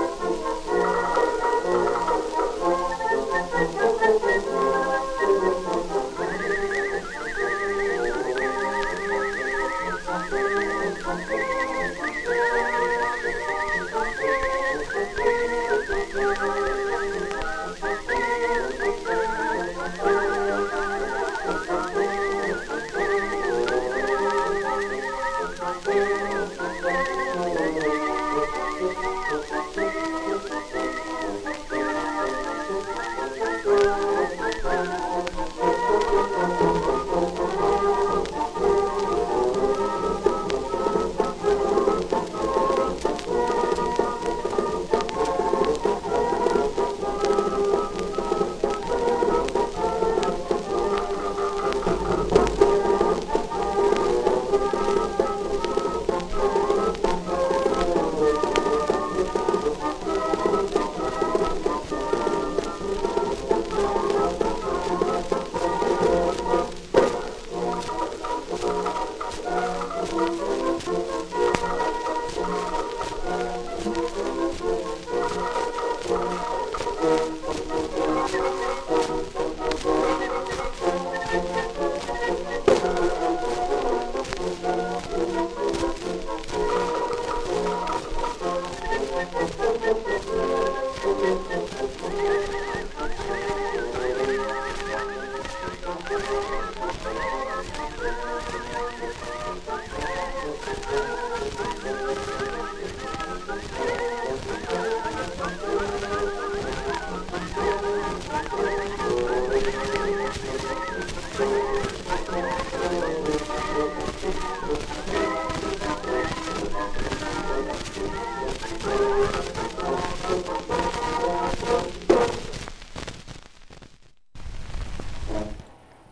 Thank you.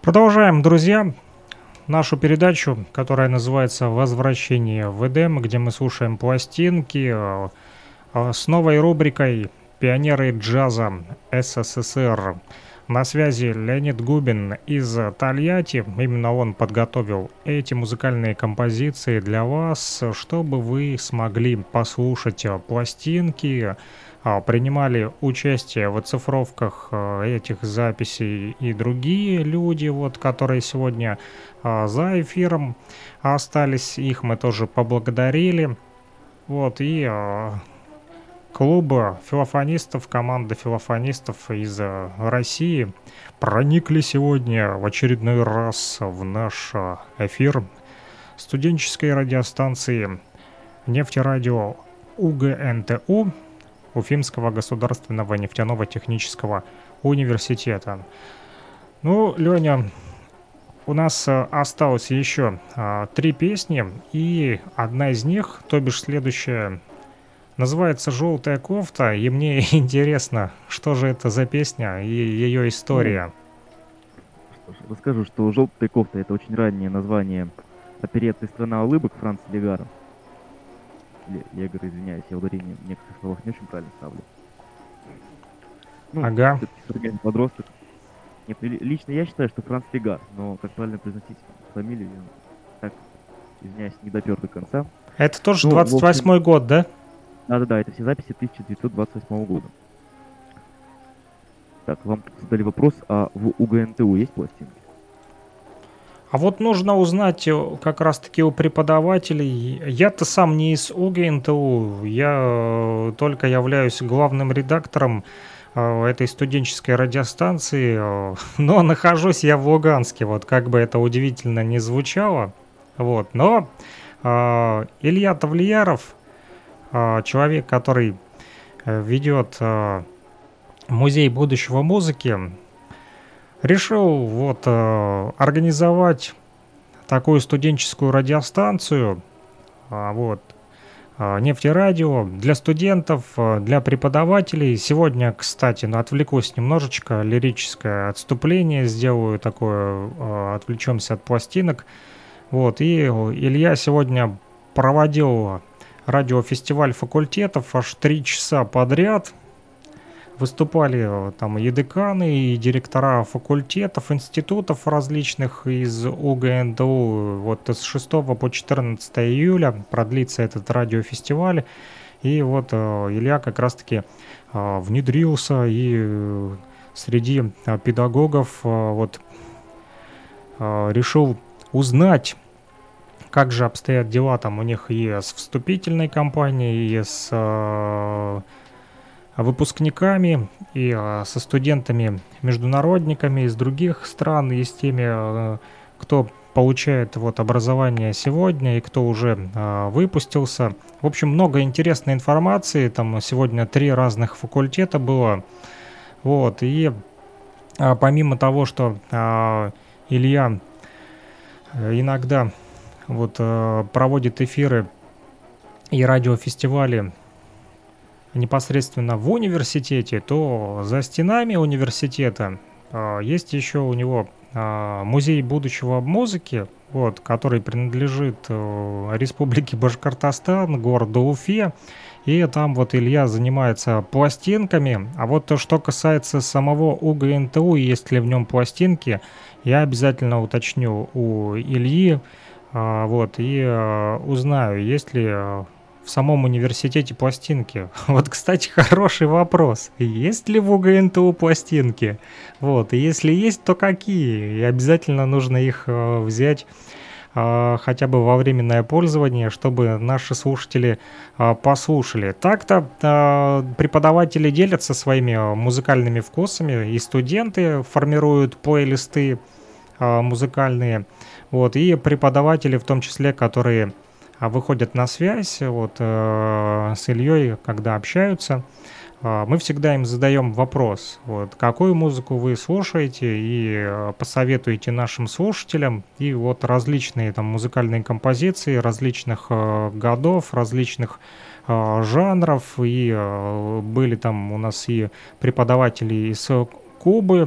Продолжаем, друзья, нашу передачу, которая называется «Возвращение в Эдем», где мы слушаем пластинки э, э, с новой рубрикой «Пионеры джаза СССР». На связи Леонид Губин из Тольятти. Именно он подготовил эти музыкальные композиции для вас, чтобы вы смогли послушать э, пластинки, а, принимали участие в оцифровках а, этих записей и другие люди, вот, которые сегодня а, за эфиром остались. Их мы тоже поблагодарили. Вот, и а, клуба филофонистов, команда филофонистов из а, России проникли сегодня в очередной раз в наш а, эфир студенческой радиостанции «Нефтерадио» УГНТУ, Уфимского государственного нефтяного технического университета. Ну, Леня, у нас а, осталось еще а, три песни, и одна из них, то бишь следующая, называется «Желтая кофта», и мне интересно, что же это за песня и ее история. Что ж, расскажу, что «Желтая кофта» — это очень раннее название оперетты «Страна улыбок» Франца Легара. Я говорю, извиняюсь, я ударение в некоторых словах не очень правильно ставлю. Ну, Ага. все-таки современный подросток. Нет, ли- лично я считаю, что Франц Легар, но как правильно произносить фамилию, я так, извиняюсь, не допер до конца. Это тоже Ну, в двадцать восьмой год, да? Да-да-да, это все записи тысяча девятьсот двадцать восьмого года. Так, вам тут задали вопрос, а в УГНТУ есть пластинки? А вот нужно узнать э, как раз-таки у преподавателей. Я-то сам не из УГНТУ, я э, только являюсь главным редактором э, этой студенческой радиостанции, э, но нахожусь я в Луганске, вот как бы это удивительно не звучало. Вот, но э, Илья Тавлияров, э, человек, который э, ведет э, музей будущего музыки, решил вот э, организовать такую студенческую радиостанцию, а, вот, а, нефтерадио для студентов, а, для преподавателей. Сегодня, кстати, ну, отвлекусь немножечко, лирическое отступление сделаю такое, а, отвлечемся от пластинок. Вот, и Илья сегодня проводил радиофестиваль факультетов аж три часа подряд. Выступали э, там и деканы, и директора факультетов, институтов различных из УГНТУ. Вот с шестого по четырнадцатое июля продлится этот радиофестиваль. И вот э, Илья как раз-таки э, внедрился и э, среди э, педагогов э, вот э, решил узнать, как же обстоят дела там у них и с вступительной кампанией, и с э, выпускниками, и э, со студентами-международниками из других стран, и с теми, э, кто получает вот образование сегодня и кто уже э, выпустился. В общем, много интересной информации. Там сегодня три разных факультета было. Вот, и э, помимо того, что э, Илья э, иногда вот э, проводит эфиры и радиофестивали непосредственно в университете, то за стенами университета э, есть еще у него э, музей будущего музыки, вот, который принадлежит э, Республике Башкортостан, городу Уфе. И там вот Илья занимается пластинками. А вот то, что касается самого УГНТУ, есть ли в нем пластинки, я обязательно уточню у Ильи, э, вот, и э, узнаю, есть ли э, в самом университете пластинки. Вот, кстати, хороший вопрос. Есть ли в УГНТУ пластинки? Вот, и если есть, то какие? И обязательно нужно их э, взять э, хотя бы во временное пользование, чтобы наши слушатели э, послушали. Так-то э, преподаватели делятся своими э, музыкальными вкусами, и студенты формируют плейлисты э, музыкальные, вот, и преподаватели в том числе, которые а выходят на связь вот, э, с Ильей, когда общаются, э, мы всегда им задаем вопрос, вот, какую музыку вы слушаете, и э, посоветуете нашим слушателям, и вот различные там музыкальные композиции различных э, годов, различных э, жанров, и э, были там у нас и преподаватели из Кубы,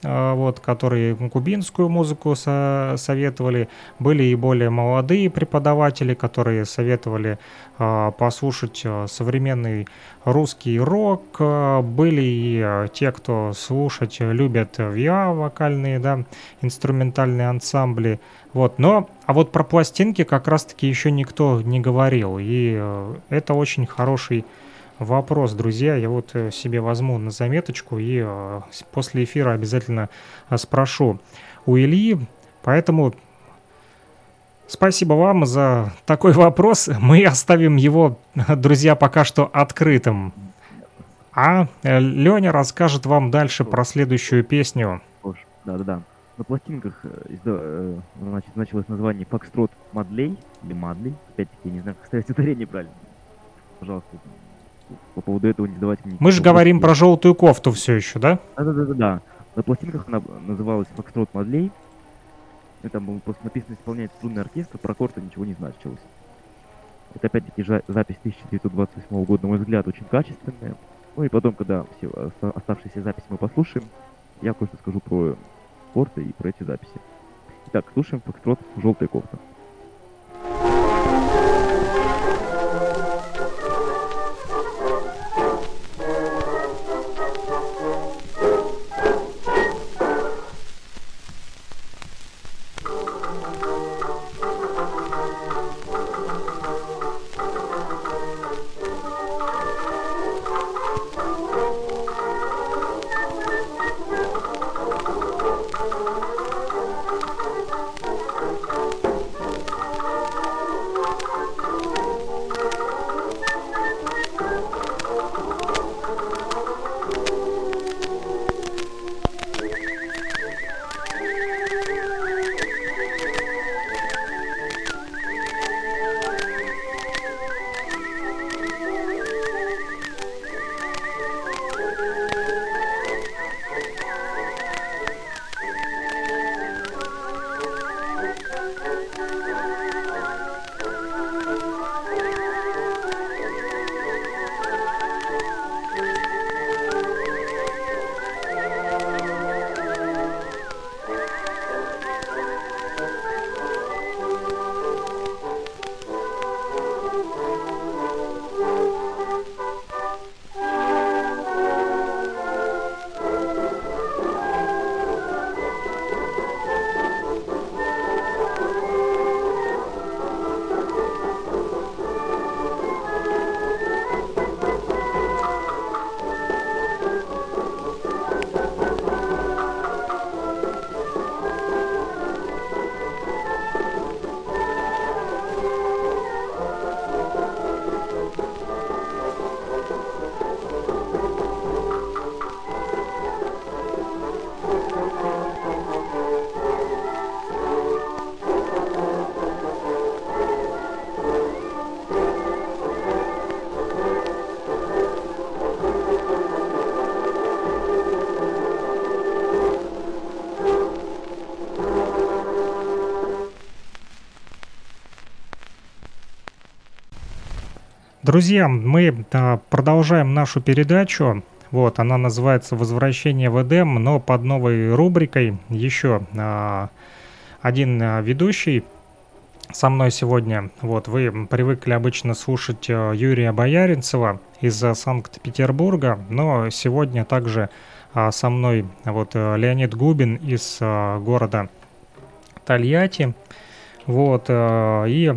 э, вот, которые кубинскую музыку со- советовали. Были и более молодые преподаватели, которые советовали э, послушать э, современный русский рок. Э, Были и э, те, кто слушать э, любят V I А-вокальные, да, инструментальные ансамбли. Вот, но, а вот про пластинки как раз-таки еще никто не говорил. И э, это очень хороший вопрос, друзья. Я вот э, себе возьму на заметочку и э, с- после эфира обязательно э, спрошу у Ильи. Поэтому спасибо вам за такой вопрос. Мы оставим его, друзья, пока что открытым. Понятно. А Леня расскажет вам дальше Что ж, про следующую песню. что ж, да-да-да. На пластинках э, изда- э, значит, значилось название «Фокстрот Мадлей» или «Мадлей». Опять-таки, я не знаю, как ставить ударение правильно. Пожалуйста, по поводу этого не задавайте мне Мы же никаких вопросов. говорим про желтую кофту все еще, да? Да-да-да-да. На пластинках она б- называлась «Фокстрот Мадлей». И там было просто написано «Исполняет струнный оркестр», про аккорды ничего не значилось. Это опять-таки жа- запись тысяча девятьсот двадцать восьмого года, на мой взгляд, очень качественная. Ну и потом, когда все оста- оставшиеся записи мы послушаем, я кое-что скажу про спорт и про эти записи. Итак, слушаем «Фокстрот. Желтая кофта». Друзья, мы а, продолжаем нашу передачу. Вот, она называется «Возвращение в Эдем», но под новой рубрикой еще а, один а, ведущий со мной сегодня. Вот, вы привыкли обычно слушать а, Юрия Бояринцева из а, Санкт-Петербурга, но сегодня также а, со мной вот а, Леонид Губин из а, города Тольятти. Вот, а, и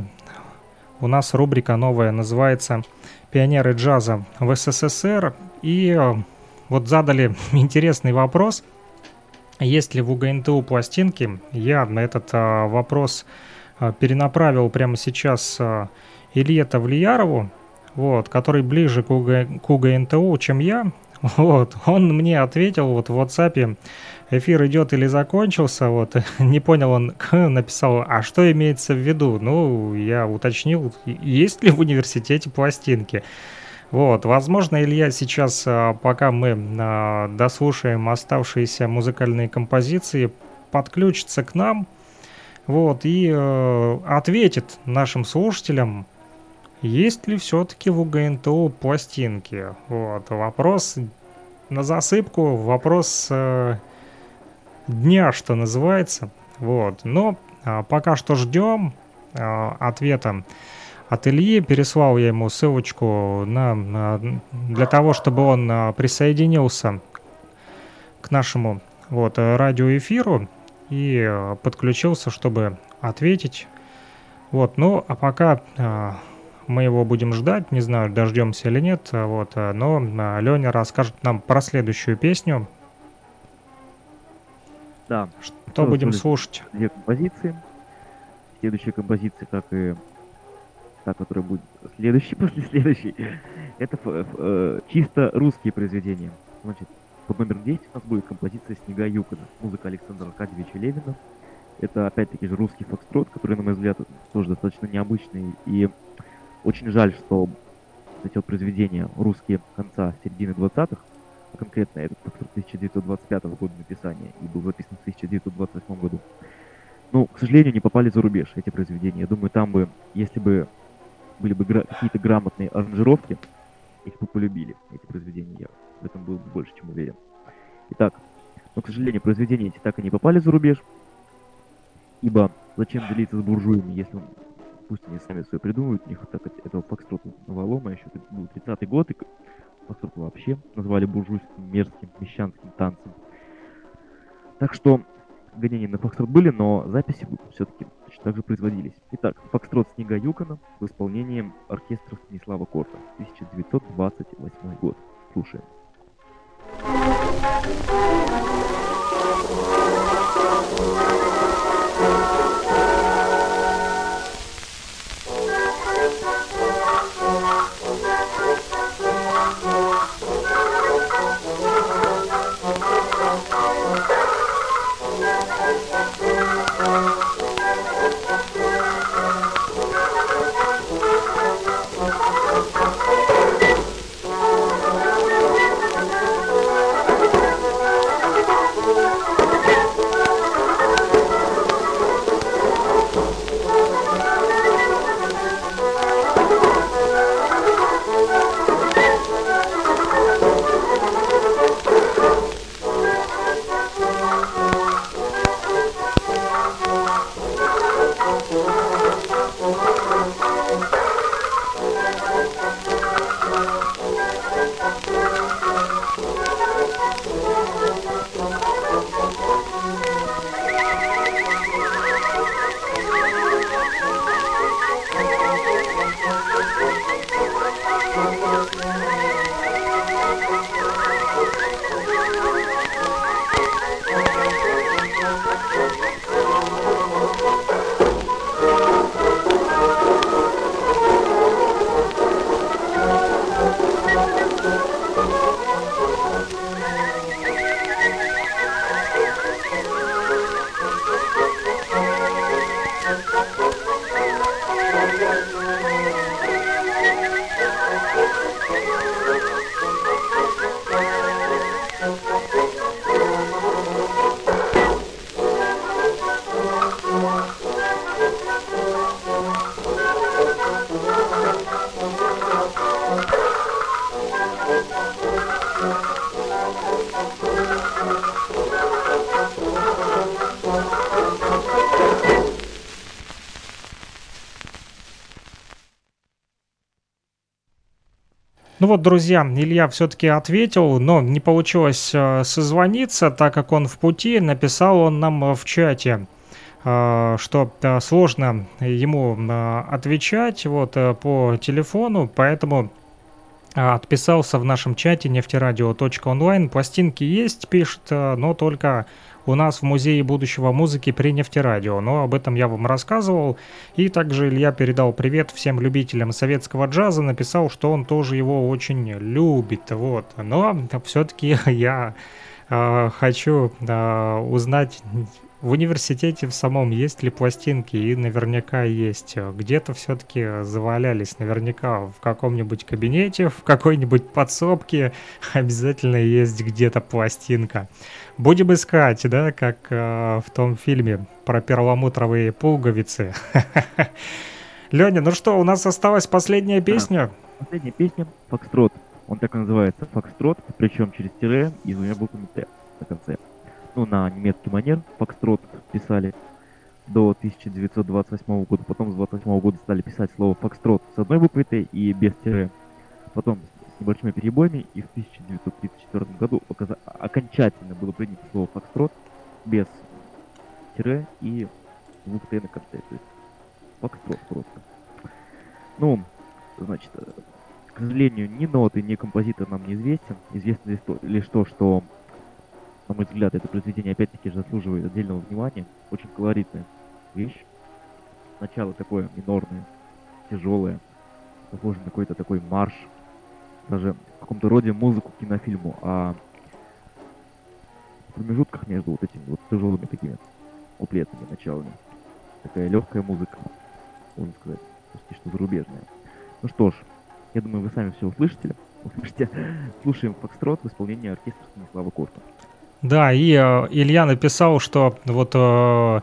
у нас рубрика новая, называется «Пионеры джаза в СССР». И э, вот задали интересный вопрос, есть ли в УГНТУ пластинки. Я на этот э, вопрос э, перенаправил прямо сейчас э, Илье Тавлиярову, вот, который ближе к, УГ, к УГНТУ, чем я. Вот, он мне ответил вот в WhatsApp: эфир идет или закончился, вот, не понял, он написал, а что имеется в виду? Ну, я уточнил, есть ли в университете пластинки. Вот, возможно, Илья сейчас, а, пока мы а, дослушаем оставшиеся музыкальные композиции, подключится к нам, вот, и э, ответит нашим слушателям, есть ли все-таки в УГНТУ пластинки. Вот, вопрос на засыпку, вопрос... э, дня, что называется. Вот. Но а, пока что ждем а, ответа от Ильи. Переслал я ему ссылочку на, на- для того, чтобы он а, присоединился к нашему вот, э, радиоэфиру и э, подключился, чтобы ответить. Вот, ну, а пока э, мы его будем ждать, не знаю, дождемся или нет, э, вот, э, но э, Леня расскажет нам про следующую песню. Да, Что еще будем остались слушать? две композиции. Следующая композиция, как и та, которая будет следующей после следующей, это ф- ф- э, чисто русские произведения. Значит, под номером десять у нас будет композиция «Снега Юкона», музыка Александра Аркадьевича Левина. Это опять-таки же русский фокстрот, который, на мой взгляд, тоже достаточно необычный. И очень жаль, что эти вот произведения русские конца середины двадцатых, а конкретно этот фокстрот тысяча девятьсот двадцать пятого года написания и был записан в тысяча девятьсот двадцать восьмом году, ну, к сожалению, не попали за рубеж эти произведения. Я думаю, там бы, если бы были бы гра- какие-то грамотные аранжировки, их бы полюбили, эти произведения. Я в этом был бы больше, чем уверен. Итак, но, к сожалению, произведения эти так и не попали за рубеж, ибо зачем делиться с буржуями, если он, пусть они сами все придумывают, у них так от этого фокстрота Новолома еще это был тридцатый год, и фокстрот вообще назвали буржуйским, мерзким, мещанским танцем. Так что гонения на фокстрот были, но записи все-таки точно так же производились. Итак, фокстрот «Снега Юкона» в исполнении оркестра Станислава Корта, тысяча девятьсот двадцать восьмой год. Слушаем. Ну вот, друзья, Илья все-таки ответил, но не получилось э, созвониться, так как он в пути. Написал он нам э, в чате, э, что э, сложно ему э, отвечать вот э, по телефону, поэтому э, отписался в нашем чате нефтерадио точка онлайн. Пластинки есть, пишет, э, но только у нас в Музее будущего музыки при Нефтерадио. Но об этом я вам рассказывал. И также Илья передал привет всем любителям советского джаза. Написал, что он тоже его очень любит. Вот. Но все-таки я э, хочу э, узнать, в университете в самом есть ли пластинки. И наверняка есть. Где-то все-таки завалялись. Наверняка в каком-нибудь кабинете, в какой-нибудь подсобке обязательно есть где-то пластинка. Будем искать, да, как э, в том фильме про перламутровые пуговицы. Леня, ну что, у нас осталась последняя Да, песня? последняя песня «Фокстрот». Он так и называется «Фокстрот», причем через тире и двумя буквами «Т» на конце. ну, на немецкий манер, фокстрот писали до тысяча девятьсот двадцать восьмого года. Потом с двадцать восьмого года стали писать слово фокстрот с одной буквой Т и без тире. Потом с небольшими перебоями, и в тысяча девятьсот тридцать четвёртом году оказа- окончательно было принято слово фокстрот без тире и звук Т на конце. То есть фокстрот просто. Ну, значит, э, к сожалению, ни ноты, ни композитор нам не известен. Известно лишь то, лишь то, что, на мой взгляд, это произведение опять-таки заслуживает отдельного внимания. Очень колоритная вещь. Начало такое минорное, тяжелое, похоже на какой-то такой марш, даже в каком-то роде музыку к кинофильму, а в промежутках между вот этими вот тяжелыми такими куплетами, началами, такая легкая музыка, можно сказать, почти что зарубежная. Ну что ж, я думаю, вы сами все услышите. Услышите. Слушаем «Фокстрот» в исполнении оркестра Станислава Корта. Да, и э, Илья написал, что вот э,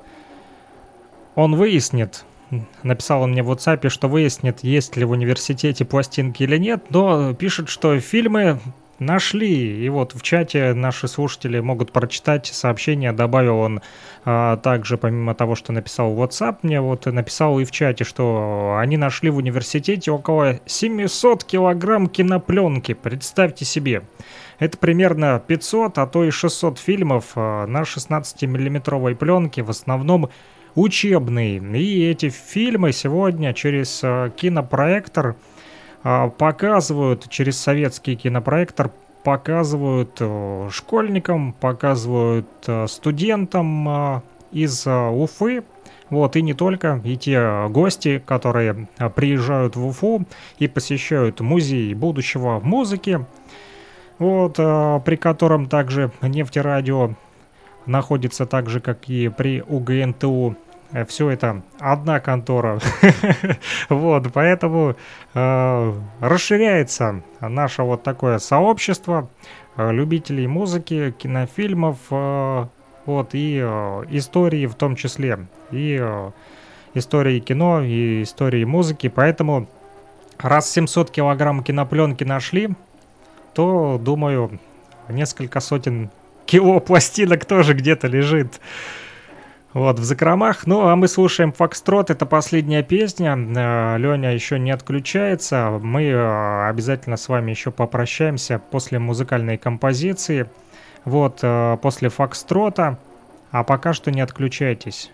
он выяснит, написал он мне в WhatsApp, что выяснит, есть ли в университете пластинки или нет, но пишет, что фильмы нашли. И вот в чате наши слушатели могут прочитать сообщение. Добавил он а, также, помимо того, что написал в WhatsApp, мне вот написал и в чате, что они нашли в университете около семьсот килограмм кинопленки. Представьте себе. Это примерно пятьсот, а то и шестьсот фильмов а, на шестнадцатимиллиметровой пленке, в основном учебные. И эти фильмы сегодня через а, кинопроектор а, показывают, через советский кинопроектор показывают а, школьникам, показывают а, студентам а, из а, Уфы. Вот, и не только, и те гости, которые а, приезжают в Уфу и посещают музей будущего музыки, вот, а, при котором также нефтерадио находится так же, как и при УГНТУ. Все это одна контора. Вот, поэтому э, расширяется наше вот такое сообщество э, любителей музыки, кинофильмов, э, вот, и э, истории в том числе. И э, истории кино, и истории музыки. Поэтому раз семьсот килограмм кинопленки нашли, то, думаю, несколько сотен кило пластинок тоже где-то лежит. Вот, в закромах. Ну, а мы слушаем «Фокстрот». Это последняя песня. Леня еще не отключается. Мы обязательно с вами еще попрощаемся после музыкальной композиции. Вот, после «Фокстрота». А пока что не отключайтесь.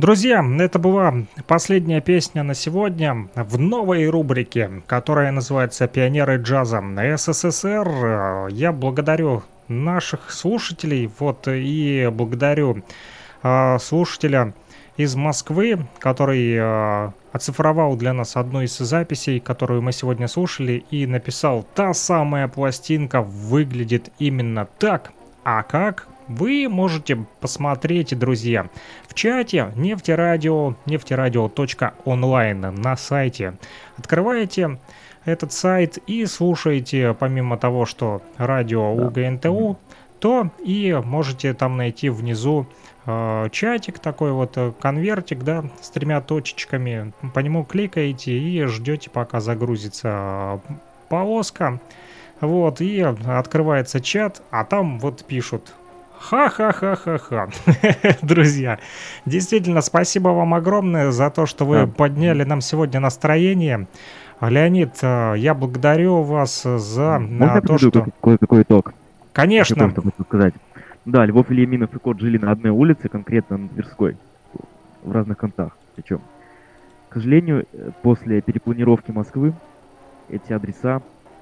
Друзья, это была последняя песня на сегодня в новой рубрике, которая называется «Пионеры джаза СССР». Я благодарю наших слушателей, вот, и благодарю э, слушателя из Москвы, который э, оцифровал для нас одну из записей, которую мы сегодня слушали, и написал: «Та самая пластинка выглядит именно так, а как?» Вы можете посмотреть, друзья, в чате нефтерадио, нефтерадио точка онлайн на сайте. Открываете этот сайт и слушаете, помимо того, что радио Да. УГНТУ, то и можете там найти внизу э, чатик, такой вот э, конвертик, да, с тремя точечками. По нему кликаете и ждете, пока загрузится э, полоска. Вот, и открывается чат, а там вот пишут: ха-ха-ха-ха-ха. Друзья, действительно, спасибо вам огромное за то, что вы Да. подняли нам сегодня настроение. Леонид, э, я благодарю вас за Можно э, я то, подведу что... кое- кое-какой итог? Еще Конечно, кое-что хочу сказать. Да, Львов Ильяминов и Кот жили на одной улице, конкретно на Тверской, в разных концах. Причем, к сожалению, э, после перепланировки Москвы эти адреса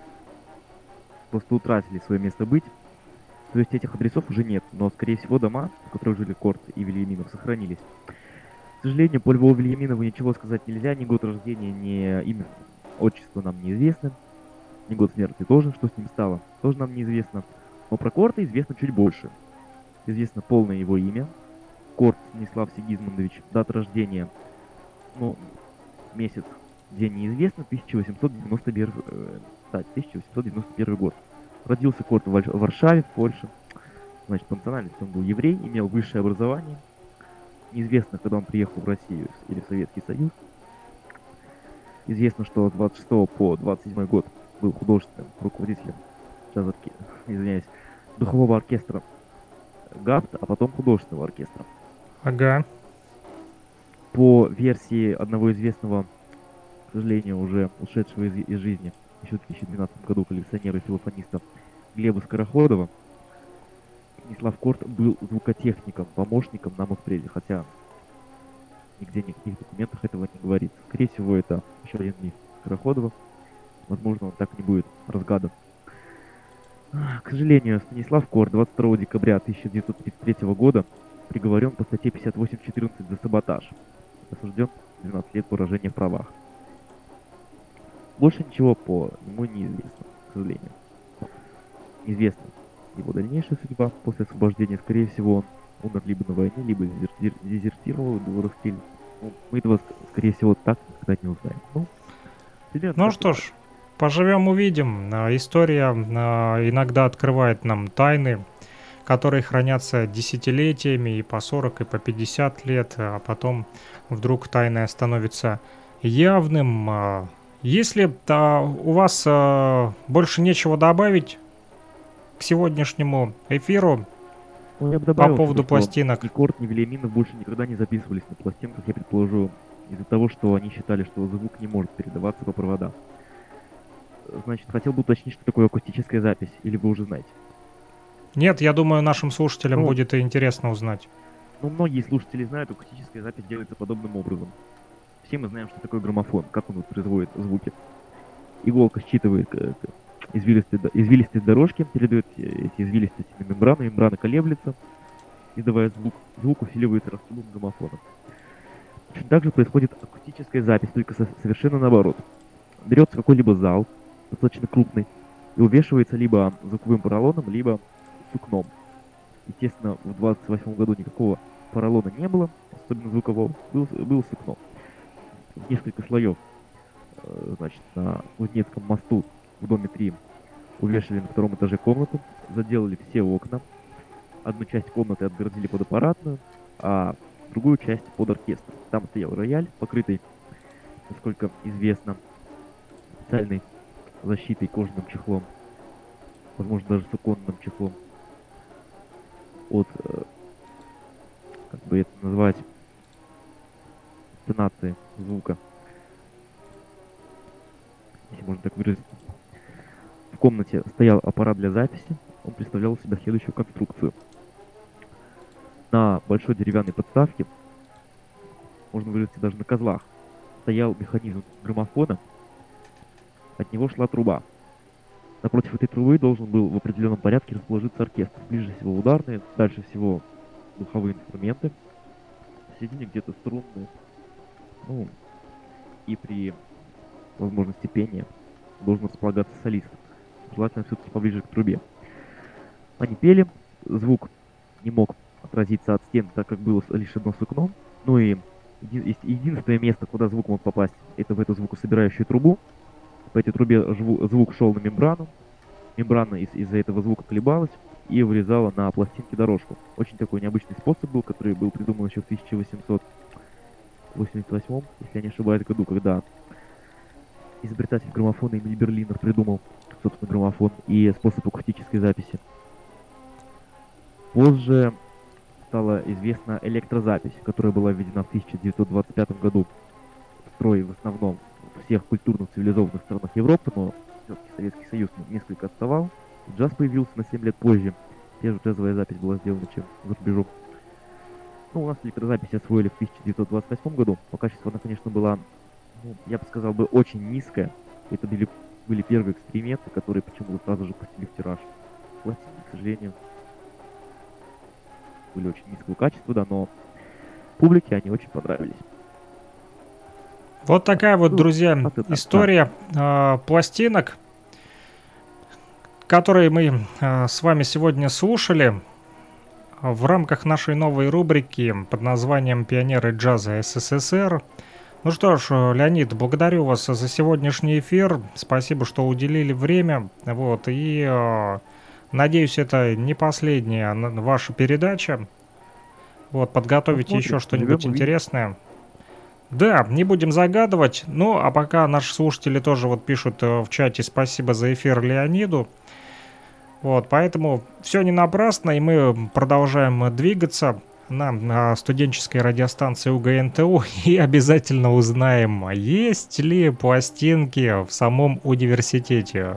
просто утратили свое место быть. То есть этих адресов уже нет, но, скорее всего, дома, в которых жили Корт и Вильяминов, сохранились. К сожалению, по Львову Вильяминову ничего сказать нельзя, ни год рождения, ни имя, отчество нам неизвестны, ни год смерти тоже, что с ним стало, тоже нам неизвестно. Но про Корта известно чуть больше. Известно полное его имя. Корт Станислав Сигизмундович, дата рождения, ну, месяц, день неизвестно, тысяча восемьсот девяносто первый, э, да, тысяча восемьсот девяносто первый год. Родился Корт в Валь- в Варшаве, в Польше. Значит, по национальности он был еврей, имел высшее образование. Неизвестно, когда он приехал в Россию или в Советский Союз. Известно, что с двадцать шестого по двадцать седьмой год был художественным руководителем джаз извиняюсь, духового оркестра ГАПТ, а потом художественного оркестра. ага. По версии одного известного, к сожалению, уже ушедшего из, из жизни еще в две тысячи двенадцатом году коллекционера и филофониста Глеба Скороходова, Станислав Корт был звукотехником, помощником на Моспреде, хотя нигде никаких документах этого не говорится. Скорее всего, это еще один миф Скороходова. Возможно, он так и не будет разгадан. К сожалению, Станислав Корт двадцать второго декабря тысяча девятьсот тридцать третьего года приговорен по статье пятьдесят восемь четырнадцать за саботаж. Осужден на двенадцать лет поражения в правах. Больше ничего по нему неизвестно, к сожалению. Неизвестно его дальнейшая судьба после освобождения. Скорее всего, он умер либо на войне, либо дезертир- дезертировал, его расстрелили. Ну, мы этого, скорее всего, так никогда не узнаем. Ну, примерно Ну как-то что так. ж, поживем увидим. А, История а, иногда открывает нам тайны, которые хранятся десятилетиями, и по сорок, и по пятьдесят лет, а потом вдруг тайное становится явным. А, Если а, у вас а, больше нечего добавить к сегодняшнему эфиру Ну, я бы по добавил, поводу что пластинок, ни Корт, ни Вильяминов больше никогда не записывались на пластинках, я предположу, из-за того, что они считали, что звук не может передаваться по проводам. Значит, хотел бы уточнить, что такое акустическая запись, или вы уже знаете? нет, я думаю, нашим слушателям Ну, будет интересно узнать. ну, многие слушатели знают, акустическая запись делается подобным образом. Все мы знаем, что такое граммофон, как он производит звуки. Иголка считывает э, к- извилистые, до- извилистые дорожки, передает э, эти извилистости на мембрану, мембрана колеблется, издавая звук. Звук усиливается растубом граммофона. Точно так же происходит акустическая запись, только со- совершенно наоборот. Берется какой-либо зал, достаточно крупный, и увешивается либо звуковым поролоном, либо сукном. Естественно, в двадцать восьмом году никакого поролона не было, особенно звукового, был, был сукно. В несколько слоев, э, значит, на Кузнецком мосту в доме три увешали на втором этаже комнату, заделали все окна. Одну часть комнаты отгородили под аппаратную, а другую часть под оркестр. Там стоял рояль, покрытый, насколько известно, специальной защитой кожаным чехлом, возможно, даже суконным чехлом от, э, как бы это назвать, тонации звука, если можно так выразиться. В комнате стоял аппарат для записи, он представлял из себя следующую конструкцию. На большой деревянной подставке можно выразиться даже на козлах, стоял механизм граммофона, от него шла труба. Напротив этой трубы должен был в определенном порядке расположиться оркестр. Ближе всего ударные, дальше всего духовые инструменты, в середине где-то струнные. Ну, и при возможности пения должен располагаться солист. Желательно все-таки поближе к трубе. Они пели, звук не мог отразиться от стен, так как было лишь одно сукно. Ну и еди- единственное место, куда звук мог попасть, это в эту звукособирающую трубу. По этой трубе жву- звук шел на мембрану. Мембрана из- из-за этого звука колебалась и вырезала на пластинке дорожку. Очень такой необычный способ был, который был придуман еще в тысяча восемьсот восемьдесят восьмом, если я не ошибаюсь, году, когда изобретатель граммофона Эмиль Берлинер придумал, собственно, граммофон и способ акустической записи. Позже стала известна электрозапись, которая была введена в тысяча девятьсот двадцать пятом году в строй в основном в всех культурных цивилизованных странах Европы, но все-таки Советский Союз несколько отставал. Джаз появился на семь лет позже. Те же джазовая запись была сделана, чем за рубежом. Ну, у нас электрозапись освоили в тысяча девятьсот двадцать восьмом году. По качеству она, конечно, была, ну, я бы сказал, бы очень низкая. Это были, были первые эксперименты, которые почему-то сразу же пустили в тираж. Пластинки, к сожалению, были очень низкого качества, да, но публике они очень понравились. Вот такая вот, Ну, друзья, вот это, история э, пластинок, которые мы э, с вами сегодня слушали в рамках нашей новой рубрики под названием «Пионеры джаза СССР». Ну что ж, Леонид, благодарю вас за сегодняшний эфир. Спасибо, что уделили время. Вот, и э, надеюсь, это не последняя на- ваша передача. Вот, подготовите Посмотрим, еще что-нибудь поживем, увидим. интересное. Да, не будем загадывать. Ну, а пока наши слушатели тоже вот пишут э, в чате «Спасибо за эфир Леониду». Вот, поэтому все не напрасно, и мы продолжаем э, двигаться на, на студенческой радиостанции УГНТУ и обязательно узнаем, а есть ли пластинки в самом университете.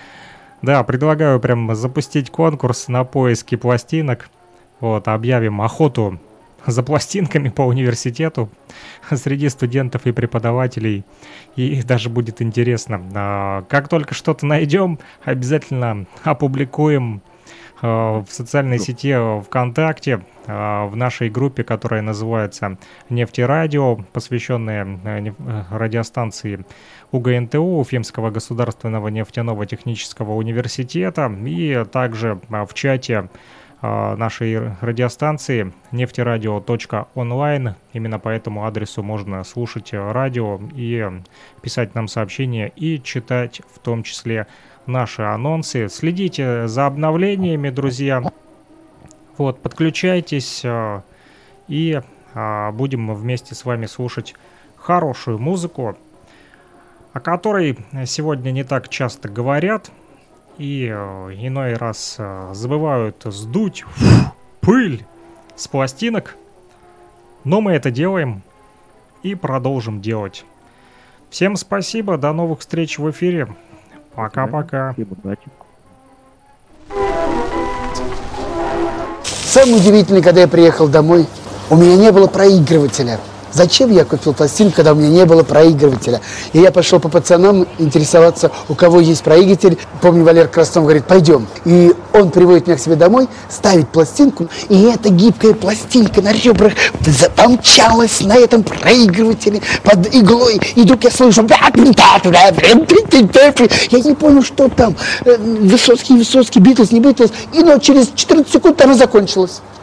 Да, предлагаю прям запустить конкурс на поиски пластинок. Вот, объявим охоту за пластинками по университету среди студентов и преподавателей. И даже будет интересно. А, Как только что-то найдем, обязательно опубликуем а, в социальной сети а, ВКонтакте, а, в нашей группе, которая называется «Нефтерадио», посвященная а, неф- а, радиостанции УГНТУ, Уфимского государственного нефтяного технического университета, и также а, в чате а, нашей радиостанции нефтерадио точка онлайн. Именно по этому адресу можно слушать э, радио и писать нам сообщения и читать в том числе наши анонсы. Следите за обновлениями, друзья. Вот, подключайтесь э, и э, будем вместе с вами слушать хорошую музыку, о которой сегодня не так часто говорят. И э, иной раз э, забывают сдуть фу, пыль с пластинок. Но мы это делаем и продолжим делать. Всем спасибо, до новых встреч в эфире. Пока-пока. Всем удачи. Самое удивительное, когда я приехал домой, у меня не было проигрывателя. Зачем я купил пластинку, когда у меня не было проигрывателя? И я пошел по пацанам интересоваться, у кого есть проигрыватель. Помню, Валер Краснов говорит, пойдем. И он приводит меня к себе домой, ставит пластинку, и эта гибкая пластинка на ребрах помчалась на этом проигрывателе под иглой. И вдруг я слышу... Я не понял, что там. Высоцкий, Высоцкий, Битлз, не Битлз. И ну, через четырнадцать секунд она закончилась.